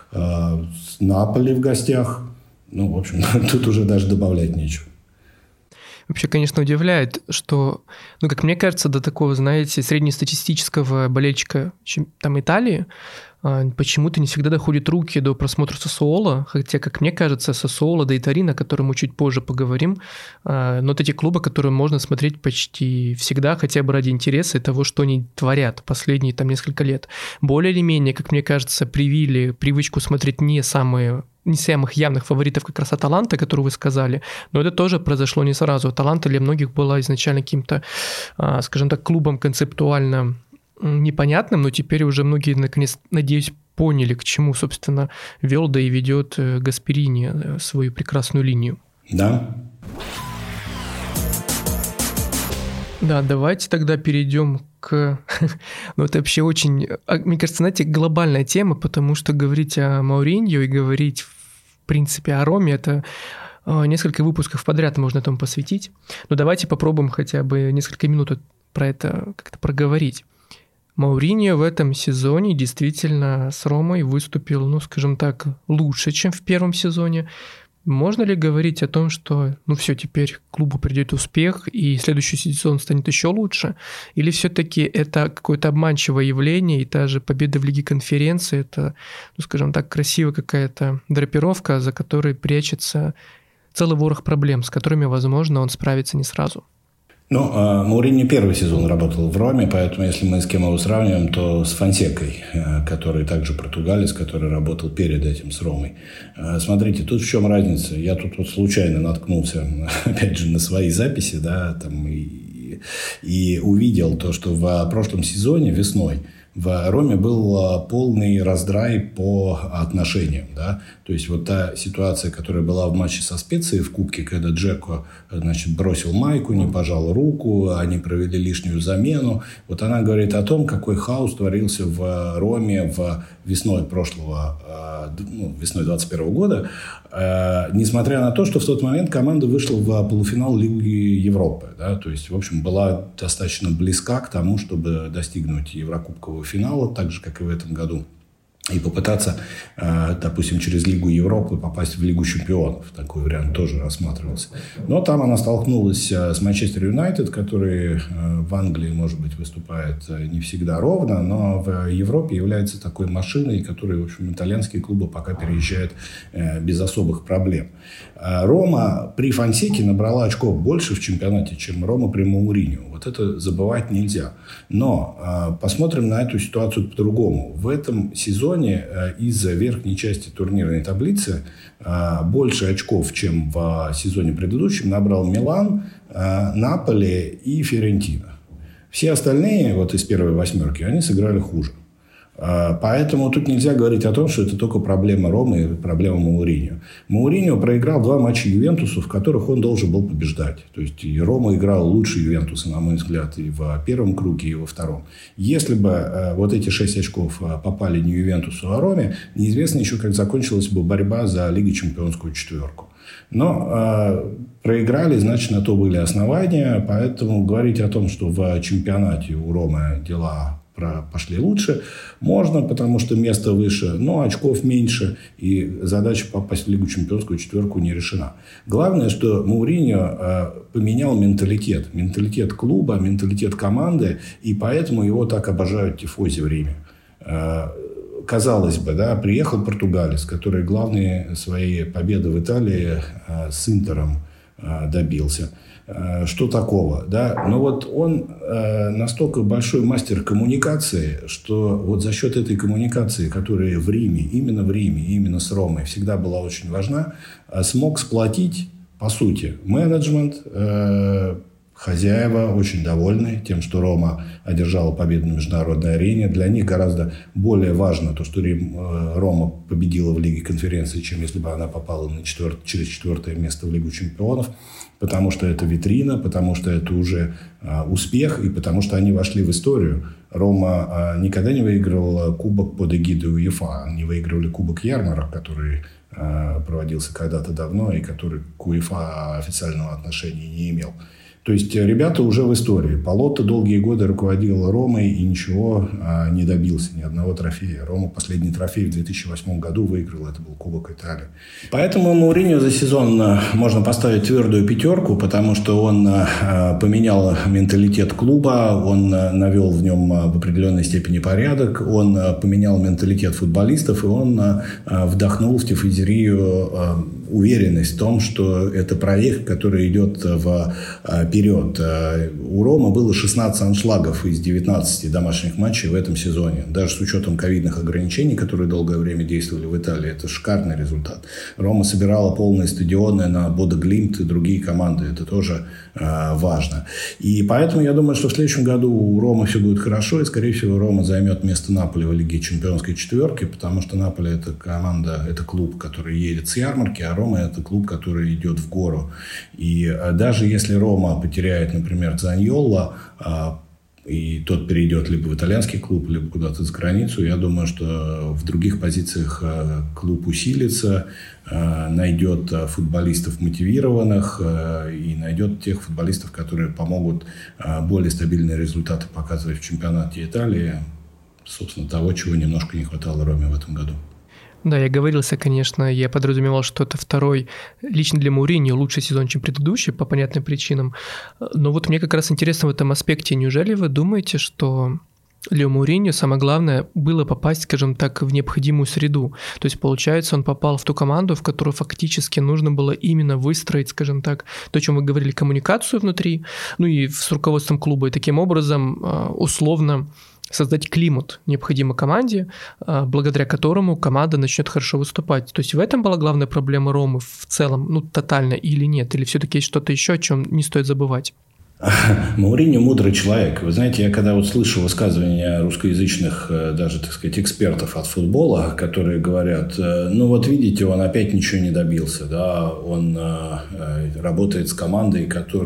Наполи в гостях. В общем, тут уже даже добавлять нечего. Вообще, конечно, удивляет, что, как мне кажется, до такого, знаете, среднестатистического болельщика там Италии почему-то не всегда доходят руки до просмотра Сассуоло, хотя, как мне кажется, Сассуоло, да и Торино, о котором мы чуть позже поговорим, но вот эти клубы, которые можно смотреть почти всегда, хотя бы ради интереса и того, что они творят последние там несколько лет. Более или менее, как мне кажется, привили привычку смотреть не самых явных фаворитов, как раз Аталанта, которую вы сказали, но это тоже произошло не сразу. Аталанта для многих была изначально каким-то, скажем так, клубом концептуально непонятным, но теперь уже многие, наконец, надеюсь, поняли, к чему, собственно, вел, да и ведет Гасперини свою прекрасную линию. Да. Да, давайте тогда перейдем к... это вообще очень, мне кажется, знаете, глобальная тема, потому что говорить о Мауриньо и говорить, в принципе, о Роме, это несколько выпусков подряд можно этому посвятить. Но давайте попробуем хотя бы несколько минут про это как-то проговорить. Мауриньо в этом сезоне действительно с Ромой выступил, скажем так, лучше, чем в первом сезоне. Можно ли говорить о том, что, все, теперь клубу придет успех, и следующий сезон станет еще лучше? Или все-таки это какое-то обманчивое явление, и та же победа в Лиге Конференции, это, скажем так, красивая какая-то драпировка, за которой прячется целый ворох проблем, с которыми, возможно, он справится не сразу? Мауриньо первый сезон работал в Роме, поэтому если мы с кем его сравниваем, то с Фонсекой, который также португалец, который работал перед этим с Ромой. Смотрите, тут в чем разница. Я тут случайно наткнулся, опять же, на свои записи, и увидел то, что в прошлом сезоне весной в Роме был полный раздрай по отношениям. То есть, вот та ситуация, которая была в матче со Специей в Кубке, когда Джеко, бросил майку, не пожал руку, они провели лишнюю замену. Вот она говорит о том, какой хаос творился в Роме весной 2021 года, несмотря на то, что в тот момент команда вышла в полуфинал Лиги Европы. То есть, в общем, была достаточно близка к тому, чтобы достигнуть Еврокубкового финала, так же, как и в этом году. И попытаться, допустим, через Лигу Европы попасть в Лигу Чемпионов. Такой вариант тоже рассматривался. Но там она столкнулась с Манчестер Юнайтед, который в Англии, может быть, выступает не всегда ровно, но в Европе является такой машиной, которой, в общем, итальянские клубы пока переезжают без особых проблем. Рома при Фонсеке набрала очков больше в чемпионате, чем Рома при Мауриньо. Вот это забывать нельзя. Но посмотрим на эту ситуацию по-другому. В этом сезоне из верхней части турнирной таблицы больше очков, чем в сезоне предыдущем, набрал Милан, Наполи и Фиорентина. Все остальные, из первой восьмерки, они сыграли хуже. Поэтому тут нельзя говорить о том, что это только проблема Ромы и проблема Мауриньо. Мауриньо проиграл 2 матча Ювентусу, в которых он должен был побеждать. То есть и Рома играл лучше Ювентуса, на мой взгляд, и в первом круге, и во втором. Если бы вот эти 6 очков попали не Ювентусу, а Роме, неизвестно еще, как закончилась бы борьба за Лигу Чемпионскую четверку. Но проиграли, значит, на то были основания. Поэтому говорить о том, что в чемпионате у Ромы дела пошли лучше, можно, потому что место выше, но очков меньше, и задача попасть в Лигу Чемпионскую четверку не решена. Главное, что Мауриньо поменял менталитет клуба, менталитет команды, и поэтому его так обожают тифози в Риме. Казалось бы, да, приехал португалец, который главные свои победы в Италии с Интером добился. Что такого, да? Но вот он настолько большой мастер коммуникации, что вот за счет этой коммуникации, которая в Риме, именно с Ромой, всегда была очень важна, смог сплотить, по сути, менеджмент. Хозяева очень довольны тем, что Рома одержала победу на международной арене. Для них гораздо более важно то, что Рома победила в Лиге конференции, чем если бы она попала через 4-е место в Лигу чемпионов. Потому что это витрина, потому что это уже успех, и потому что они вошли в историю. Рома никогда не выигрывала кубок под эгидой УЕФА. Они выигрывали кубок ярмарок, который проводился когда-то давно, и который к УЕФА официального отношения не имел. То есть ребята уже в истории. Палотто долгие годы руководил Ромой и ничего не добился, ни одного трофея. Рома последний трофей в 2008 году выиграл, это был Кубок Италии. Поэтому Мауриньо за сезон можно поставить твердую 5, потому что он поменял менталитет клуба, он навел в нем в определенной степени порядок, он поменял менталитет футболистов, и он вдохнул в тифозерию уверенность в том, что это проект, который идет вперед. У Ромы было 16 аншлагов из 19 домашних матчей в этом сезоне. Даже с учетом ковидных ограничений, которые долгое время действовали в Италии, это шикарный результат. Рома собирала полные стадионы на Бодо Глимт и другие команды. Это тоже важно. И поэтому я думаю, что в следующем году у Ромы все будет хорошо, и, скорее всего, Рома займет место Наполи в Лиге Чемпионской четверки, потому что Наполи – это команда, это клуб, который едет с ярмарки, а Рома – это клуб, который идет в гору. И даже если Рома потеряет, например, Дзаньолло, и тот перейдет либо в итальянский клуб, либо куда-то за границу, я думаю, что в других позициях клуб усилится, найдет футболистов мотивированных и найдет тех футболистов, которые помогут более стабильные результаты показывать в чемпионате Италии, собственно, того, чего немножко не хватало Роме в этом году. Да, я говорился, конечно, я подразумевал, что это второй, лично для Мауриньо, лучший сезон, чем предыдущий, по понятным причинам. Но вот мне как раз интересно в этом аспекте, неужели вы думаете, что для Мауриньо самое главное было попасть, скажем так, в необходимую среду? То есть, получается, он попал в ту команду, в которую фактически нужно было именно выстроить, скажем так, то, о чем вы говорили, коммуникацию внутри, ну и с руководством клуба, и таким образом условно создать климат необходимой команде, благодаря которому команда начнет хорошо выступать. То есть в этом была главная проблема Ромы в целом, ну, тотально или нет? Или все-таки есть что-то еще, о чем не стоит забывать? Мауриньо мудрый человек. Вы знаете, я когда вот слышу высказывания русскоязычных, даже, так сказать, экспертов от футбола, которые говорят, ну вот видите, он опять ничего не добился, да, он работает с командой,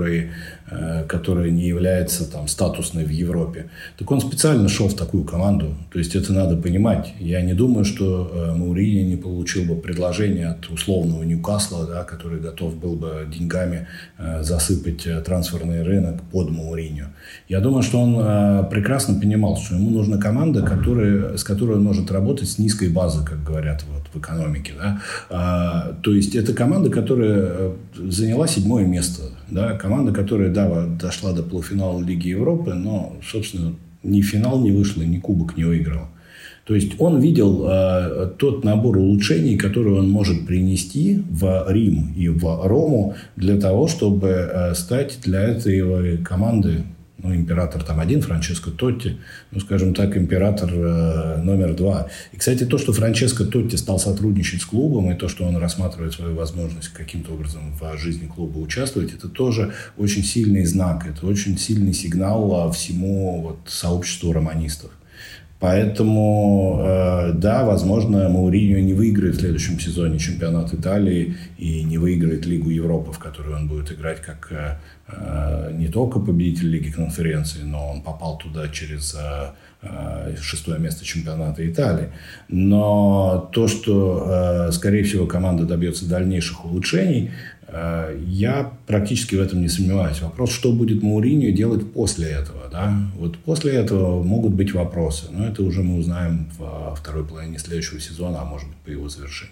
которая не является там статусной в Европе. Так он специально шел в такую команду. То есть это надо понимать. Я не думаю, что Мауриньо не получил бы предложение от условного Ньюкасла, да, который готов был бы деньгами засыпать трансферный рынок под Мауриньо. Я думаю, что он прекрасно понимал, что ему нужна команда, с которой он может работать с низкой базы, как говорят вот в экономике. Да. То есть это команда, которая заняла 7-е место. Да. Команда, которая дошла до полуфинала Лиги Европы, но, собственно, ни финал не вышла, ни кубок не выиграл. То есть он видел тот набор улучшений, которые он может принести в Рим и в Рому для того, чтобы стать для этой команды, ну, император там один, Франческо Тотти, ну, скажем так, император номер 2. И, кстати, то, что Франческо Тотти стал сотрудничать с клубом, и то, что он рассматривает свою возможность каким-то образом в жизни клуба участвовать, это тоже очень сильный знак, это очень сильный сигнал всему вот сообществу романистов. Поэтому, да, возможно, Мауриньо не выиграет в следующем сезоне чемпионат Италии и не выиграет Лигу Европы, в которой он будет играть как не только победитель Лиги конференции, но он попал туда через 6-е место чемпионата Италии. Но то, что, скорее всего, команда добьется дальнейших улучшений, я практически в этом не сомневаюсь. Вопрос, что будет Мауриньо делать после этого. Да? Вот после этого могут быть вопросы. Но это уже мы узнаем во второй половине следующего сезона, а может быть по его завершению.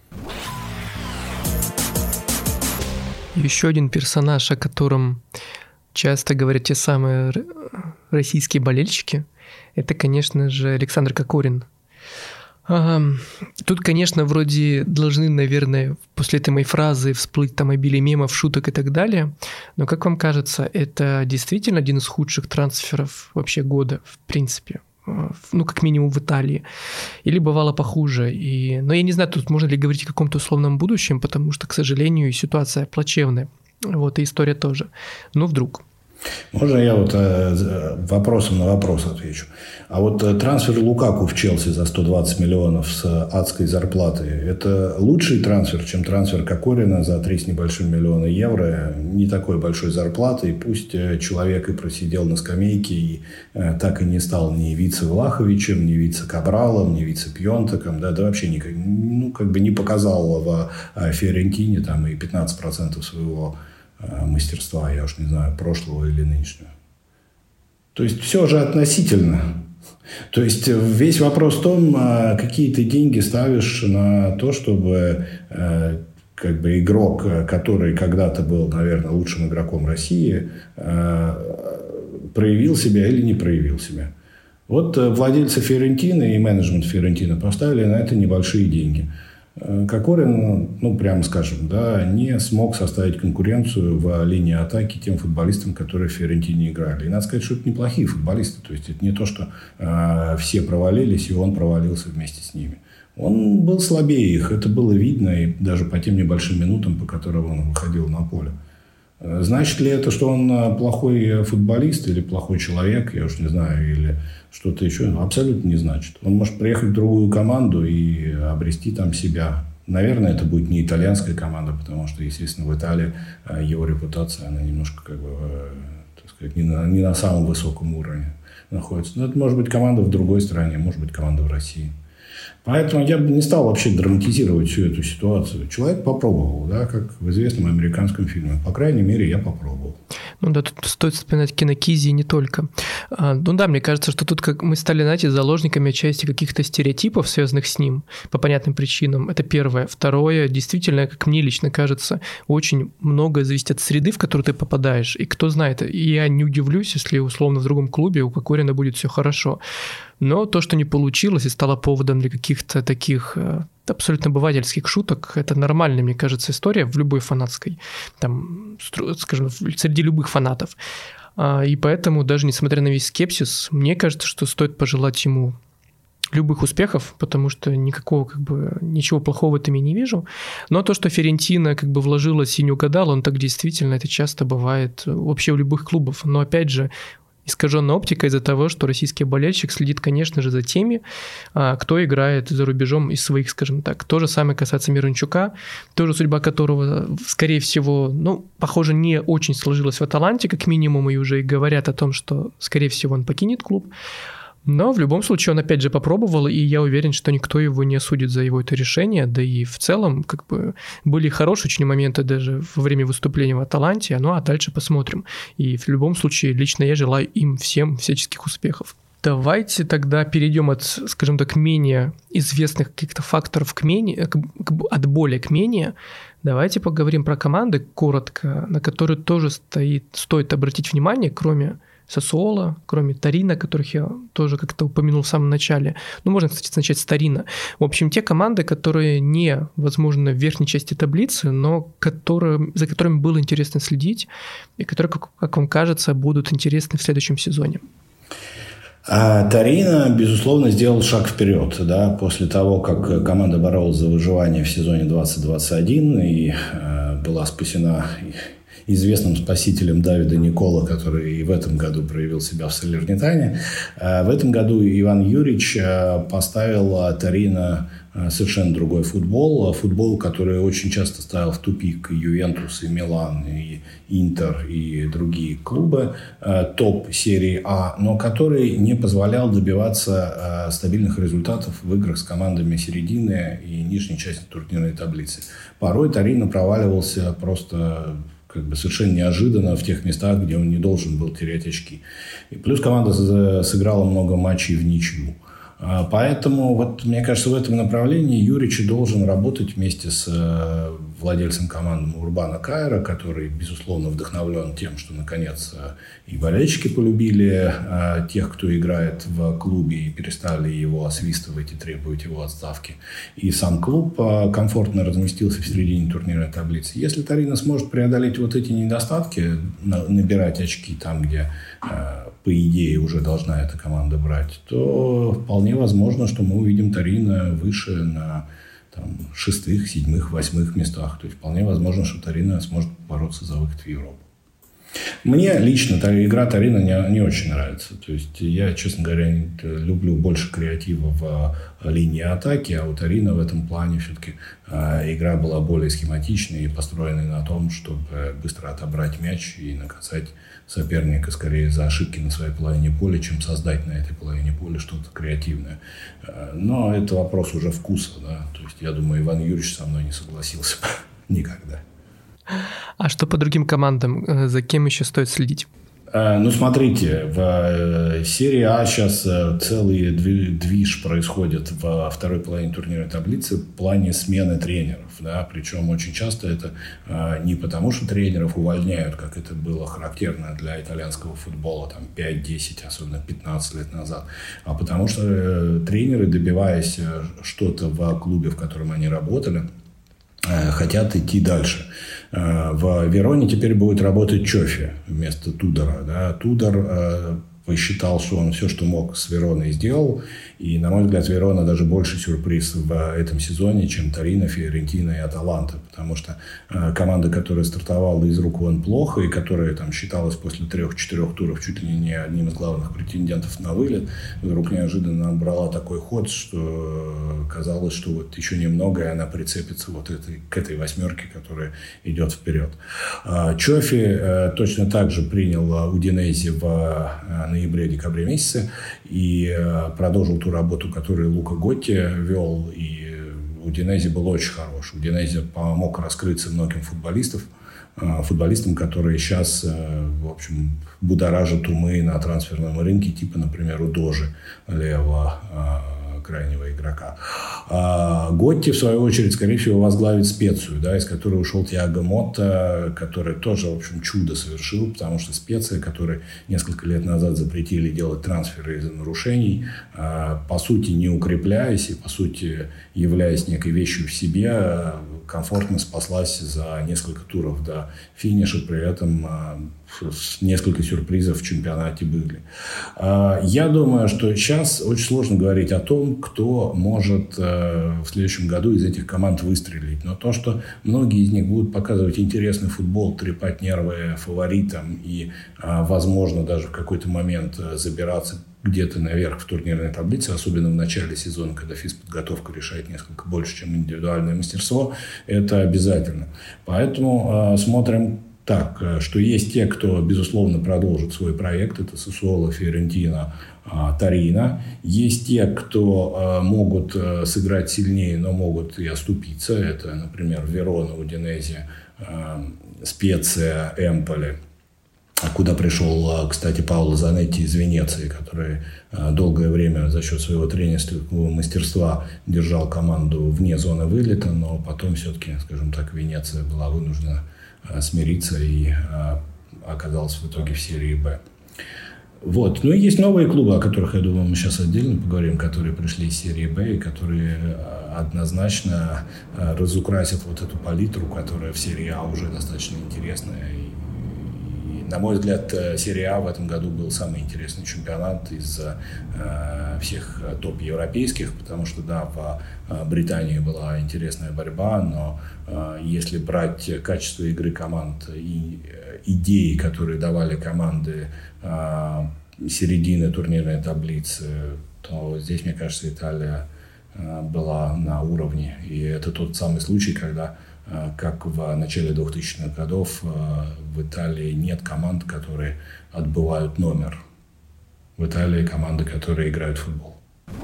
Еще один персонаж, о котором часто говорят те самые российские болельщики, это, конечно же, Александр Кокорин. Тут, конечно, вроде должны, наверное, после этой моей фразы всплыть там обилие мемов, шуток и так далее, но, как вам кажется, это действительно один из худших трансферов вообще года, в принципе? Ну, как минимум в Италии. Или бывало похуже. Но я не знаю, тут можно ли говорить о каком-то условном будущем, потому что, к сожалению, ситуация плачевная. Вот, и история тоже. Но вдруг... Можно я вот вопросом на вопрос отвечу? А вот трансфер Лукаку в Челси за 120 миллионов с адской зарплатой – это лучший трансфер, чем трансфер Кокорина за 3 с небольшим миллиона евро, не такой большой зарплаты, и пусть человек и просидел на скамейке, и так и не стал ни вице-Влаховичем, ни вице-Кабралом, ни вице-Пьонтеком, да вообще не показал в Фиорентине там и 15% своего мастерства, я уж не знаю, прошлого или нынешнего. То есть, все же относительно. То есть, весь вопрос в том, какие ты деньги ставишь на то, чтобы игрок, который когда-то был, наверное, лучшим игроком России, проявил себя или не проявил себя. Вот владельцы Фиорентины и менеджмент Фиорентины поставили на это небольшие деньги. Кокорин, прямо скажем, да, не смог составить конкуренцию в линии атаки тем футболистам, которые в Фиорентине играли. И надо сказать, что это неплохие футболисты. То есть, это не то, что все провалились, и он провалился вместе с ними. Он был слабее их. Это было видно и даже по тем небольшим минутам, по которым он выходил на поле. Значит ли это, что он плохой футболист или плохой человек, я уж не знаю, или что-то еще? Абсолютно не значит. Он может приехать в другую команду и обрести там себя. Наверное, это будет не итальянская команда, потому что, естественно, в Италии его репутация, она немножко, так сказать, не на самом высоком уровне находится. Но это может быть команда в другой стране, может быть команда в России. Поэтому я бы не стал вообще драматизировать всю эту ситуацию. Человек попробовал, да, как в известном американском фильме. По крайней мере, я попробовал. Ну да, тут стоит вспоминать Кинокизи и не только. Мне кажется, что тут как мы стали, знаете, заложниками отчасти каких-то стереотипов, связанных с ним, по понятным причинам. Это первое. Второе, действительно, как мне лично кажется, очень многое зависит от среды, в которую ты попадаешь. И кто знает, я не удивлюсь, если условно в другом клубе у Кокорина будет все хорошо. Но то, что не получилось и стало поводом для каких-то таких абсолютно обывательских шуток, это нормальная, мне кажется, история в любой фанатской, там, скажем, среди любых фанатов. И поэтому, даже несмотря на весь скепсис, мне кажется, что стоит пожелать ему любых успехов, потому что никакого, ничего плохого в этом я не вижу. Но то, что Фиорентина вложилась и не угадала, он так действительно, это часто бывает вообще в любых клубах. Но опять же, искаженная оптика из-за того, что российский болельщик следит, конечно же, за теми, кто играет за рубежом из своих, скажем так. То же самое касается Мирончука, тоже судьба которого, скорее всего, похоже, не очень сложилась в Аталанте, как минимум, и уже говорят о том, что, скорее всего, он покинет клуб. Но в любом случае он опять же попробовал, и я уверен, что никто его не осудит за его это решение, да и в целом были хорошие очень моменты даже во время выступления в Аталанте, а дальше посмотрим. И в любом случае лично я желаю им всем всяческих успехов. Давайте тогда перейдем от, скажем так, менее известных каких-то факторов от более к менее. Давайте поговорим про команды коротко, на которые тоже стоит обратить внимание, кроме Сассуоло, кроме Торино, которых я тоже как-то упомянул в самом начале. можно, кстати, начать с Торино. В общем, те команды, которые не, возможно, в верхней части таблицы, но за которыми было интересно следить, и которые, как вам кажется, будут интересны в следующем сезоне. Торино, безусловно, сделал шаг вперед, да, после того, как команда боролась за выживание в сезоне 2021 и была спасена известным спасителем Давида Никола, который и в этом году проявил себя в Салернитане. В этом году Иван Юрьевич поставил Торино совершенно другой футбол. Футбол, который очень часто ставил в тупик и Ювентус, и Милан, и Интер, и другие клубы топ серии А, но который не позволял добиваться стабильных результатов в играх с командами середины и нижней части турнирной таблицы. Порой Торино проваливался просто совершенно неожиданно в тех местах, где он не должен был терять очки. И плюс команда сыграла много матчей в ничью. Поэтому, мне кажется, в этом направлении Юрич должен работать вместе с владельцем команды Урбана Кайра, который, безусловно, вдохновлен тем, что, наконец, и болельщики полюбили тех, кто играет в клубе, и перестали его освистывать и требовать его отставки. И сам клуб комфортно разместился в середине турнирной таблицы. Если Торино сможет преодолеть вот эти недостатки, набирать очки там, где, по идее, уже должна эта команда брать, то вполне возможно, что мы увидим Торино выше на 6-х, 7-х, 8-х местах. То есть вполне возможно, что Торино сможет бороться за выход в Европу. Мне лично игра Торино не очень нравится. То есть я, честно говоря, люблю больше креатива в линии атаки, а у Торино в этом плане все-таки игра была более схематичной и построенной на том, чтобы быстро отобрать мяч и наказать соперника скорее за ошибки на своей половине поля, чем создать на этой половине поля что-то креативное. Но это вопрос уже вкуса. Да? То есть я думаю, Иван Юрьевич со мной не согласился бы никогда. А что по другим командам? За кем еще стоит следить? Смотрите, в серии А сейчас целый движ происходит во второй половине турнирной таблицы в плане смены тренеров. Да? Причем очень часто это не потому, что тренеров увольняют, как это было характерно для итальянского футбола 5-10, особенно 15 лет назад, а потому что тренеры, добиваясь что-то в клубе, в котором они работали, хотят идти дальше. В Вероне теперь будет работать Чофи вместо Тудора. Да? Тудор посчитал, что он все, что мог, с Вероной сделал. И, на мой взгляд, Верона даже больше сюрприз в этом сезоне, чем Торино, Фиорентина и Аталанта. Потому что команда, которая стартовала из рук вон плохо, и которая считалась после 3-4 туров чуть ли не одним из главных претендентов на вылет, вдруг неожиданно набрала такой ход, что казалось, что еще немного, и она прицепится к этой восьмерке, которая идет вперед. Чофи точно так же принял Удинезе в ноябре-декабре месяце и продолжил ту работу, которую Лука Готти вел, и Удинезе был очень хорош. Удинезе помог раскрыться многим футболистам, которые сейчас, в общем, будоражат умы на трансферном рынке, типа, например, у Дожи, левого крайнего игрока. Готти, в свою очередь, скорее всего, возглавит Специю, да, из которой ушел Тиаго Мотта, который тоже, в общем, чудо совершил, потому что Специя, которые несколько лет назад запретили делать трансферы из-за нарушений, по сути, не укрепляясь и, по сути, являясь некой вещью в себе, комфортно спаслась за несколько туров до финиша, при этом несколько сюрпризов в чемпионате были. Я думаю, что сейчас очень сложно говорить о том, кто может в следующем году из этих команд выстрелить. Но то, что многие из них будут показывать интересный футбол, трепать нервы фаворитам и, возможно, даже в какой-то момент забираться где-то наверх в турнирной таблице, особенно в начале сезона, когда физподготовка решает несколько больше, чем индивидуальное мастерство, это обязательно. Поэтому смотрим так, что есть те, кто, безусловно, продолжит свой проект. Это Сассуоло, Фиорентина, Торино. Есть те, кто могут сыграть сильнее, но могут и оступиться. Это, например, Верона, Удинезе, Специя, Эмполи, куда пришел, кстати, Паоло Занетти из Венеции, который долгое время за счет своего тренерского мастерства держал команду вне зоны вылета, но потом все-таки, скажем так, Венеция была вынуждена смириться и оказалась в итоге в серии «Б». Вот. Ну и есть новые клубы, о которых, я думаю, мы сейчас отдельно поговорим, которые пришли из серии «Б» и которые однозначно разукрасят вот эту палитру, которая в серии «А» уже достаточно интересная. На мой взгляд, серия А в этом году был самый интересный чемпионат из всех топ-европейских, потому что, да, в Британии была интересная борьба, но если брать качество игры команд и идеи, которые давали команды середины турнирной таблицы, то здесь, мне кажется, Италия была на уровне. И это тот самый случай, когда, как в начале 2000-х годов, в Италии нет команд, которые отбывают номер. В Италии команды, которые играют в футбол.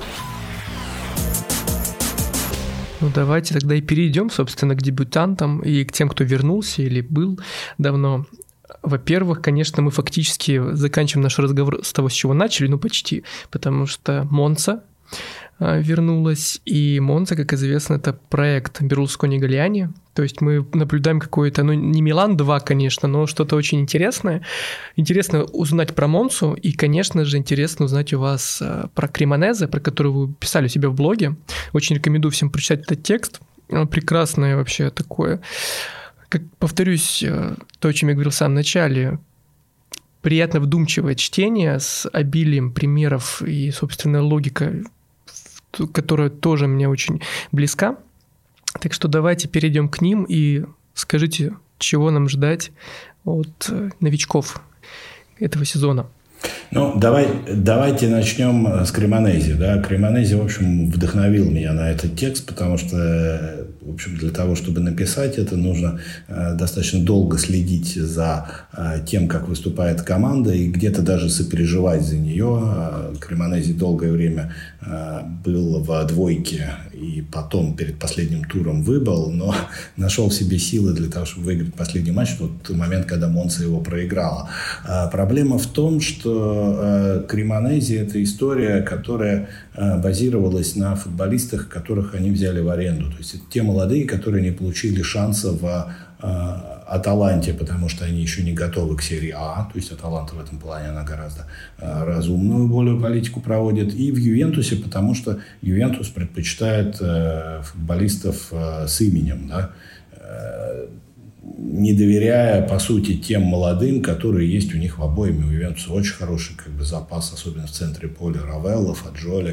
Ну, давайте тогда и перейдем, собственно, к дебютантам и к тем, кто вернулся или был давно. Во-первых, конечно, мы фактически заканчиваем наш разговор с того, с чего начали, ну, почти, потому что Монца вернулась, и Монца, как известно, это проект Берлускони-Галлиани, то есть мы наблюдаем какой-то, ну, не Милан-2, конечно, но что-то очень интересное. Интересно узнать про Монцу, и, конечно же, интересно узнать у вас про Кремонезе, про который вы писали у себя в блоге. Очень рекомендую всем прочитать этот текст. Прекрасное вообще такое, как, повторюсь, то, о чем я говорил в самом начале, приятно вдумчивое чтение с обилием примеров и, собственно, логика, которая тоже мне очень близка. Так что давайте перейдем к ним и скажите, чего нам ждать от новичков этого сезона. Ну, давайте начнем с Кремонезе. Да? Кремонезе, в общем, вдохновил меня на этот текст, потому что, в общем, для того, чтобы написать это, нужно достаточно долго следить за тем, как выступает команда, и где-то даже сопереживать за нее. Кремонезе долгое время был в двойке, и потом перед последним туром выбыл, но нашел в себе силы для того, чтобы выиграть последний матч в тот момент, когда Монца его проиграла. Проблема в том, что Кремонезе – это история, которая базировалась на футболистах, которых они взяли в аренду. То есть это те молодые, которые не получили шанса в Аталанте, потому что они еще не готовы к серии А. То есть Аталанта в этом плане она гораздо разумную более политику проводит. И в Ювентусе, потому что Ювентус предпочитает футболистов с именем, да, не доверяя, по сути, тем молодым, которые есть у них в обойме. У Ювентуса очень хороший запас, особенно в центре поля. Равелло, Фаджоли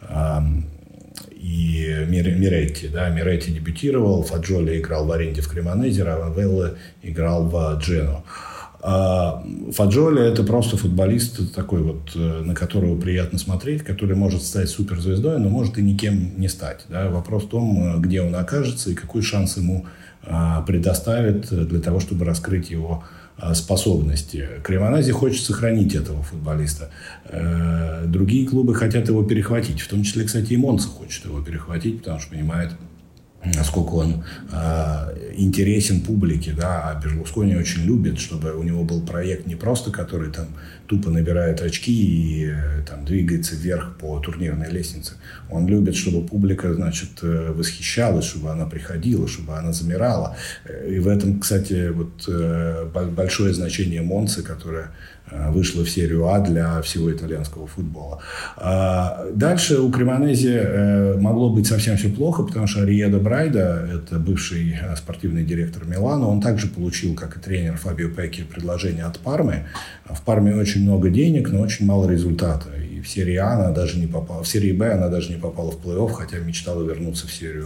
и Миретти. Да. Миретти дебютировал, Фаджоли играл в аренде в Кремонезе, Равелло играл в Джену. Фаджоли – это просто футболист такой вот, на которого приятно смотреть, который может стать суперзвездой, но может и никем не стать. Да. Вопрос в том, где он окажется и какой шанс ему предоставит для того, чтобы раскрыть его способности. Кремонезе хочет сохранить этого футболиста. Другие клубы хотят его перехватить. В том числе, кстати, и Монца хочет его перехватить, потому что понимает, насколько он интересен публике. Да? А Берлускони очень любит, чтобы у него был проект не просто, который там тупо набирает очки и там, двигается вверх по турнирной лестнице. Он любит, чтобы публика, значит, восхищалась, чтобы она приходила, чтобы она замирала. И в этом, кстати, вот, большое значение Монцы, которая вышла в серию А для всего итальянского футбола. Дальше у Кремонезе могло быть совсем все плохо, потому что Риедо Брайда, это бывший спортивный директор Милана, он также получил, как и тренер Фабио Пекки, предложение от Пармы. В Парме очень много денег, но очень мало результата. И в серии А она даже не попала, в серии Б она даже не попала в плей-офф, хотя мечтала вернуться в серию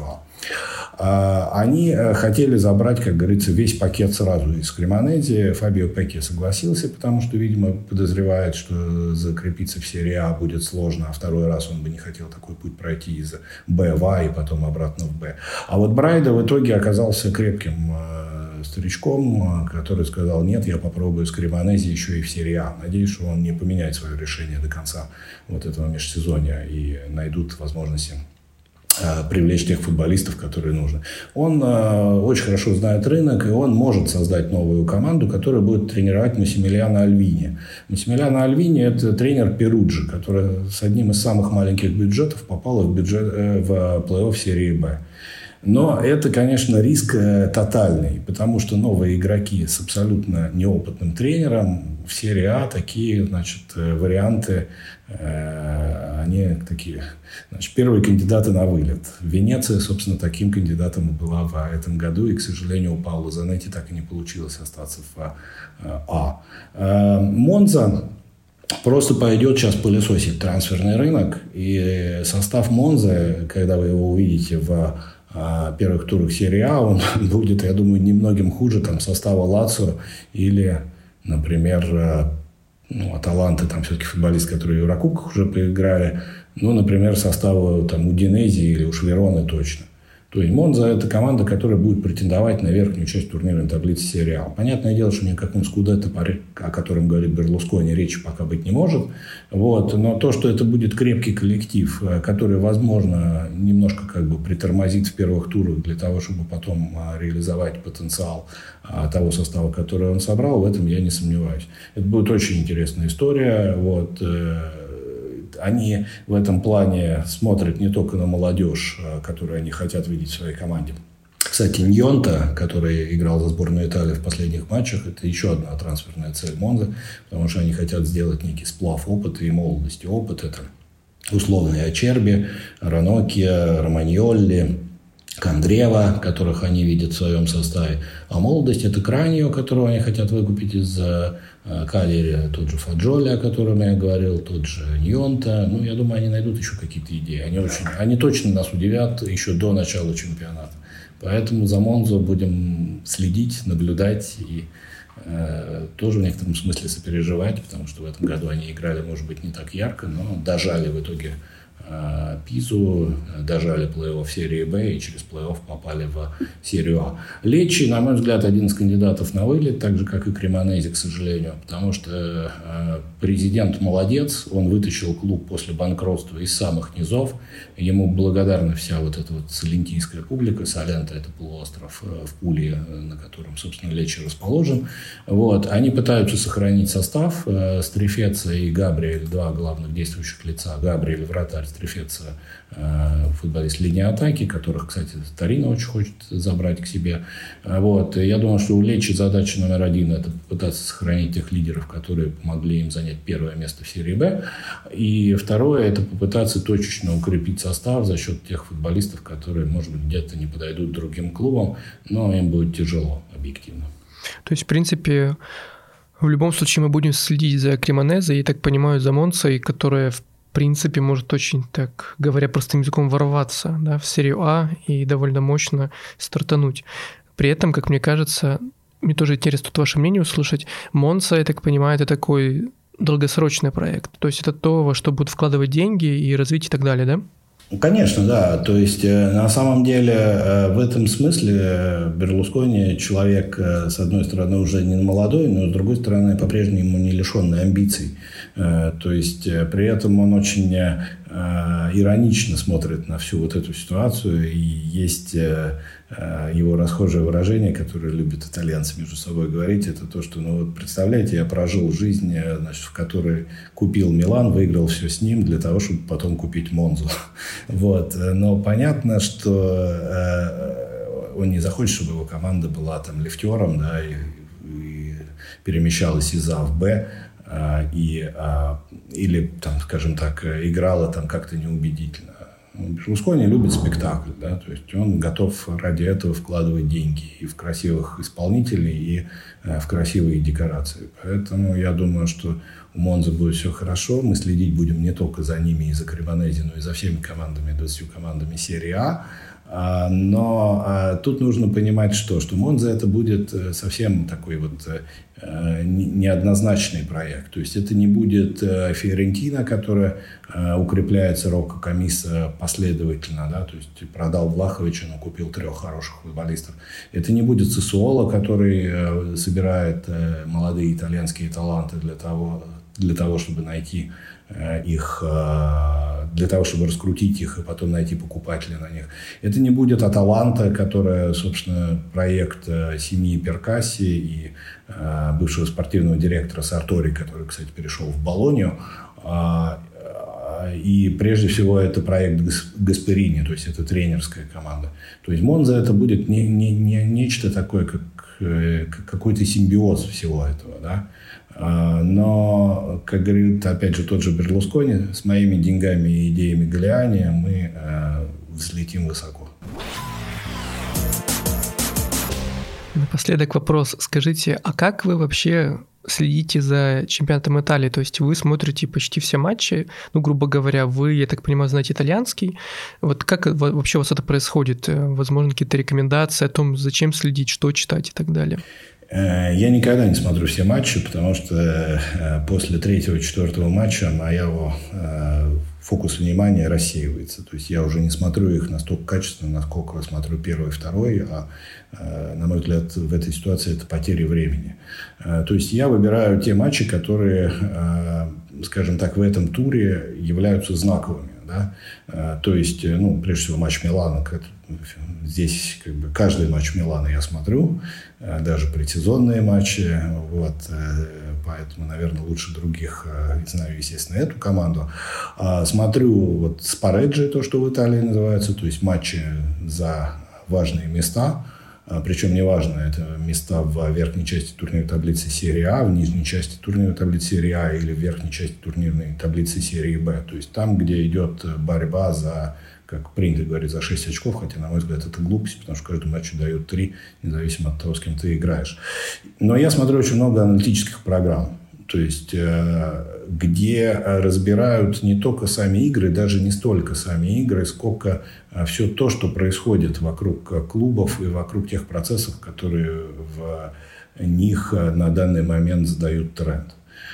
А. Они хотели забрать, как говорится, весь пакет сразу из Кремонезе. Фабио Пекки согласился, потому что, видимо, подозревает, что закрепиться в серии А будет сложно, а второй раз он бы не хотел такой путь пройти из Б в А и потом обратно в Б. А вот Брайда в итоге оказался крепким старичком, который сказал: нет, я попробую с Кремонезе еще и в серии А. Надеюсь, что он не поменяет свое решение до конца вот этого межсезонья и найдут возможности привлечь тех футболистов, которые нужны. Он очень хорошо знает рынок, и он может создать новую команду, которая будет тренировать Массимилиано Альвини. Массимилиано Альвини – это тренер Перуджи, который с одним из самых маленьких бюджетов попала в плей-офф серии Б. Но это, конечно, риск тотальный, потому что новые игроки с абсолютно неопытным тренером в серии А такие, значит, варианты, они такие, значит, первые кандидаты на вылет. Венеция, собственно, таким кандидатом была в этом году, и, к сожалению, у Пауло Занетти так и не получилось остаться в А. Монза просто пойдет сейчас пылесосить трансферный рынок, и состав Монзы, когда вы его увидите в первых турах серии А, он будет, я думаю, немногим хуже состава Лацио или, например, Аталанты, там все-таки футболисты, которые в Еврокубках уже поиграли, например, состава Удинези или уж Вероны точно. То есть Монза – это команда, которая будет претендовать на верхнюю часть турнирной таблицы серии А. Понятное дело, что ни о каком скудетто, о котором говорит Берлускони, речи пока быть не может. Но то, что это будет крепкий коллектив, который, возможно, немножко притормозит в первых турах для того, чтобы потом реализовать потенциал того состава, который он собрал, в этом я не сомневаюсь. Это будет очень интересная история. Они в этом плане смотрят не только на молодежь, которую они хотят видеть в своей команде. Кстати, Ньонта, который играл за сборную Италии в последних матчах, это еще одна трансферная цель Монзы, потому что они хотят сделать некий сплав опыта и молодости. Опыт – это условные Ачерби, Ранокия, Романьолли, Кондрева, которых они видят в своем составе. А молодость – это Краньо, которого они хотят выкупить из Калери, тот же Фаджоли, о котором я говорил, тот же Ньонта. Я думаю, они найдут еще какие-то идеи. Они точно нас удивят еще до начала чемпионата. Поэтому за Монзу будем следить, наблюдать и тоже в некотором смысле сопереживать, потому что в этом году они играли, может быть, не так ярко, но дожали в итоге Пизу, дожали плей-офф серии Б и через плей-офф попали в серию А. Лечи, на мой взгляд, один из кандидатов на вылет, так же, как и Кремонези, к сожалению, потому что президент молодец, он вытащил клуб после банкротства из самых низов, ему благодарна вся эта салентийская публика. Салента – это полуостров в Пулии, на котором, собственно, Лечи расположен. Они пытаются сохранить состав. Стрифеца и Габриэль, два главных действующих лица. Габриэль – вратарь, Стрифеца – футболист линии атаки, которых, кстати, Торино очень хочет забрать к себе. Я думаю, что у Лечи задача номер один – это попытаться сохранить тех лидеров, которые помогли им занять первое место в серии Б. И второе – это попытаться точечно укрепить состав за счет тех футболистов, которые, может быть, где-то не подойдут другим клубам, но им будет тяжело, объективно. То есть, в принципе, в любом случае мы будем следить за Кремонезе и, так понимаю, за Монцей, которая, в принципе, может очень, так говоря простым языком, ворваться в серию А и довольно мощно стартануть. При этом, как мне кажется, мне тоже интересно тут ваше мнение услышать, Монца, я так понимаю, это такой долгосрочный проект. То есть это то, во что будут вкладывать деньги и развитие и так далее, да? Конечно, да. То есть, на самом деле, в этом смысле Берлускони человек, с одной стороны, уже не молодой, но, с другой стороны, по-прежнему не лишенный амбиций. То есть, при этом он очень иронично смотрит на всю эту ситуацию. И есть его расхожее выражение, которое любят итальянцы между собой говорить, это то, что, представляете, я прожил жизнь, в которой купил Милан, выиграл все с ним для того, чтобы потом купить Монзу. Но понятно, что он не захочет, чтобы его команда была лифтером, и перемещалась из А в Б, или, скажем так, играла как-то неубедительно. Берлускони любит спектакль, то есть он готов ради этого вкладывать деньги и в красивых исполнителей, и в красивые декорации. Поэтому я думаю, что у Монзы будет все хорошо. Мы следить будем не только за ними и за Кремонези, но и за всеми командами, 20 командами серии А. Но тут нужно понимать, что Монза это будет совсем такой неоднозначный проект. То есть это не будет Фиорентина, которая укрепляется Рокко Камиса последовательно, то есть продал Влаховича, но купил 3 хороших футболистов. Это не будет Сассуоло, который собирает молодые итальянские таланты для того, чтобы найти их, для того, чтобы раскрутить их и потом найти покупателя на них. Это не будет Аталанта, которая, собственно, проект семьи Перкасси и бывшего спортивного директора Сартори, который, кстати, перешел в Болонью. И прежде всего это проект Гасперини, то есть это тренерская команда. То есть Монза это будет не нечто такое, как какой-то симбиоз всего этого, Но, как говорит, опять же, тот же Берлускони, с моими деньгами и идеями Галлиани мы взлетим высоко. Напоследок вопрос. Скажите, а как вы вообще следите за чемпионатом Италии? То есть вы смотрите почти все матчи, ну, грубо говоря, вы, я так понимаю, знаете итальянский. Вот как вообще у вас это происходит? Возможно, какие-то рекомендации о том, зачем следить, что читать и так далее? Я никогда не смотрю все матчи, потому что после 3-4 матча моего фокус внимания рассеивается. То есть я уже не смотрю их настолько качественно, насколько смотрю 1 и 2, на мой взгляд, в этой ситуации это потеря времени. То есть я выбираю те матчи, которые, скажем так, в этом туре являются знаковыми. Да? То есть, ну, прежде всего, матч Милана. Здесь как бы каждый матч Милана я смотрю, даже предсезонные матчи. Вот, поэтому, наверное, лучше других знаю, естественно, эту команду. Смотрю вот Спареджи, то, что в Италии называется, то есть матчи за важные места. Причем неважно, это места в верхней части турнирной таблицы серии А, в нижней части турнирной таблицы серии А или в верхней части турнирной таблицы серии Б. То есть там, где идет борьба за, как принято говорить, за 6 очков, хотя, на мой взгляд, это глупость, потому что каждому матчу дают 3, независимо от того, с кем ты играешь. Но я смотрю очень много аналитических программ. То есть, где разбирают не только сами игры, даже не столько сами игры, сколько все то, что происходит вокруг клубов и вокруг тех процессов, которые в них на данный момент задают тренд.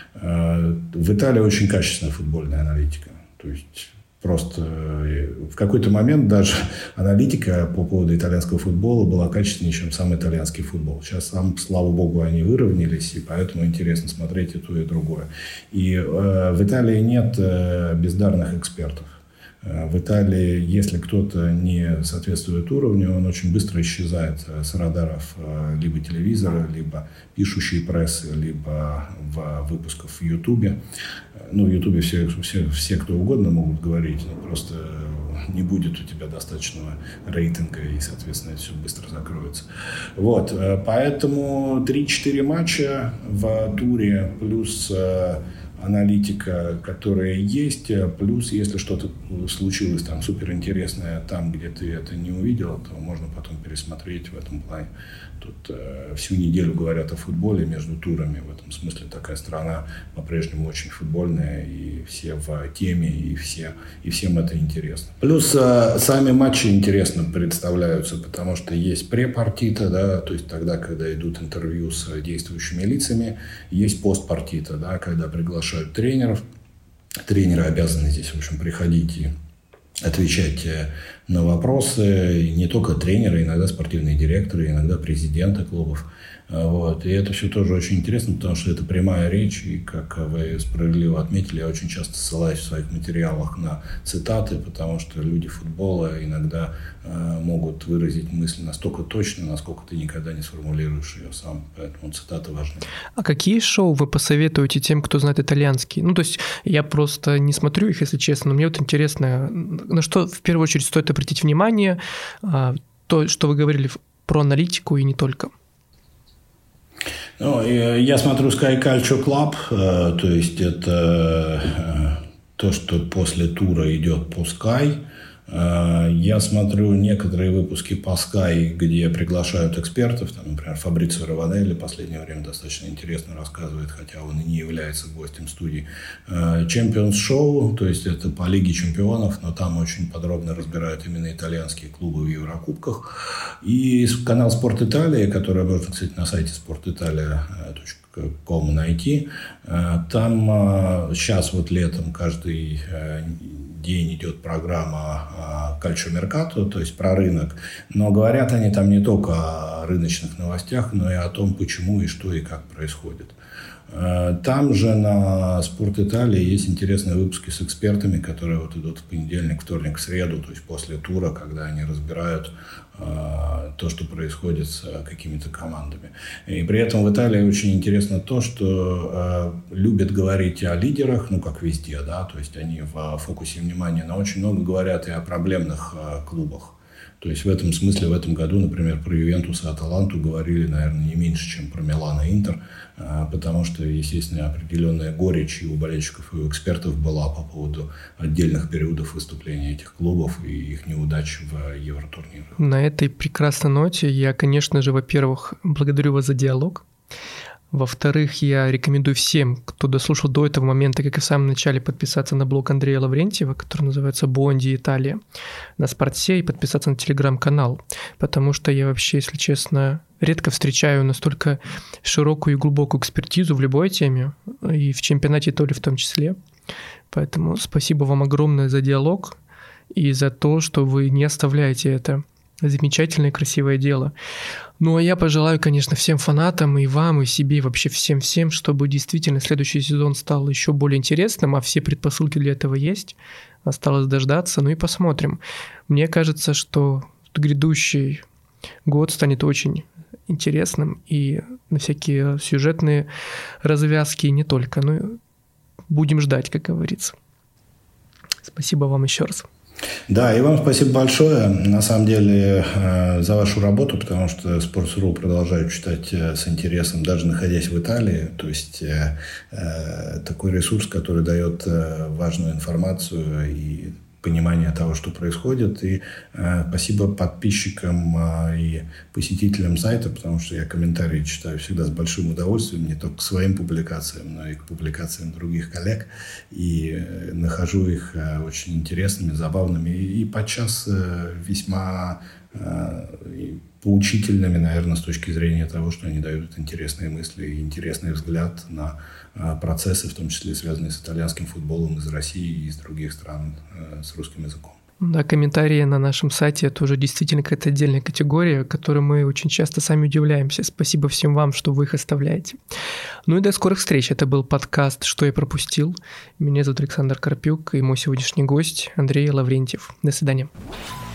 В Италии очень качественная футбольная аналитика. То есть, просто в какой-то момент даже аналитика по поводу итальянского футбола была качественнее, чем сам итальянский футбол. Сейчас, слава богу, они выровнялись, и поэтому интересно смотреть и то, и другое. И в Италии нет бездарных экспертов. В Италии, если кто-то не соответствует уровню, он очень быстро исчезает с радаров либо телевизора, либо пишущей прессы, либо в выпусках в Ютубе. Ну, в Ютубе все кто угодно могут говорить, но просто не будет у тебя достаточного рейтинга, и, соответственно, это все быстро закроется. Вот, поэтому 3-4 матча в туре плюс аналитика, которая есть, плюс, если что-то случилось там суперинтересное там, где ты это не увидел, то можно потом пересмотреть в этом плане. Тут всю неделю говорят о футболе между турами. В этом смысле такая страна по-прежнему очень футбольная, и все в теме, и всем это интересно. Плюс сами матчи интересно представляются, потому что есть препартита, да, то есть тогда, когда идут интервью с действующими лицами, есть постпартита, да, когда приглашают тренеров. Тренеры обязаны здесь, в общем, приходить и отвечать на вопросы. И не только тренеры, иногда спортивные директоры, иногда президенты клубов. Вот. И это все тоже очень интересно, потому что это прямая речь. И, как вы справедливо отметили, я очень часто ссылаюсь в своих материалах на цитаты, потому что люди футбола иногда могут выразить мысль настолько точно, насколько ты никогда не сформулируешь ее сам. Поэтому цитаты важны. А какие шоу вы посоветуете тем, кто знает итальянский? Ну, то есть я просто не смотрю их, если честно, но мне вот интересно, на что в первую очередь стоит обратить внимание, то, что вы говорили про аналитику и не только. Ну, я смотрю Sky Calcio Club, то есть это то, что после тура идет по Sky. Я смотрю некоторые выпуски по Sky, где приглашают экспертов. Там, например, Фабрицио Раванелли в последнее время достаточно интересно рассказывает, хотя он и не является гостем студии. Champions Show, то есть это по Лиге Чемпионов, но там очень подробно разбирают именно итальянские клубы в Еврокубках. И канал Спорт Италия, который можно, кстати, на сайте sportitalia.com найти. Там сейчас вот летом каждый день идет программа «Кальчио-меркато», то есть про рынок. Но говорят они там не только о рыночных новостях, но и о том, почему и что и как происходит. Там же на Спорт Италии есть интересные выпуски с экспертами, которые вот идут в понедельник, вторник, среду, то есть после тура, когда они разбирают то, что происходит с какими-то командами. И при этом в Италии очень интересно то, что любят говорить о лидерах, ну, как везде, да, то есть они в фокусе внимания, но очень много говорят и о проблемных клубах. То есть в этом смысле в этом году, например, про Ювентус и Аталанту говорили, наверное, не меньше, чем про Милан и Интер, потому что, естественно, определенная горечь и у болельщиков, и у экспертов была по поводу отдельных периодов выступления этих клубов и их неудач в Евротурнирах. На этой прекрасной ноте я, конечно же, во-первых, благодарю вас за диалог. Во-вторых, я рекомендую всем, кто дослушал до этого момента, как и в самом начале, подписаться на блог Андрея Лаврентьева, который называется «Буонди Италия» на Спорте, и подписаться на телеграм-канал, потому что я вообще, если честно, редко встречаю настолько широкую и глубокую экспертизу в любой теме, и в чемпионате то ли в том числе. Поэтому спасибо вам огромное за диалог и за то, что вы не оставляете это замечательное и красивое дело. Ну, а я пожелаю, конечно, всем фанатам, и вам, и себе, и вообще всем-всем, чтобы действительно следующий сезон стал еще более интересным, а все предпосылки для этого есть. Осталось дождаться, ну и посмотрим. Мне кажется, что грядущий год станет очень интересным, и на всякие сюжетные развязки и не только. Ну, будем ждать, как говорится. Спасибо вам еще раз. Да, и вам спасибо большое, на самом деле, за вашу работу, потому что Sports.ru продолжаю читать с интересом, даже находясь в Италии. То есть такой ресурс, который дает важную информацию и понимание того, что происходит. И спасибо подписчикам и посетителям сайта, потому что я комментарии читаю всегда с большим удовольствием, не только к своим публикациям, но и к публикациям других коллег. И нахожу их очень интересными, забавными и подчас весьма поучительными, наверное, с точки зрения того, что они дают интересные мысли и интересный взгляд на процессы, в том числе связанные с итальянским футболом из России и из других стран с русским языком. Да, комментарии на нашем сайте – это уже действительно какая-то отдельная категория, которой мы очень часто сами удивляемся. Спасибо всем вам, что вы их оставляете. Ну и до скорых встреч. Это был подкаст «Что я пропустил?». Меня зовут Александр Карпюк, и мой сегодняшний гость Андрей Лаврентьев. До свидания.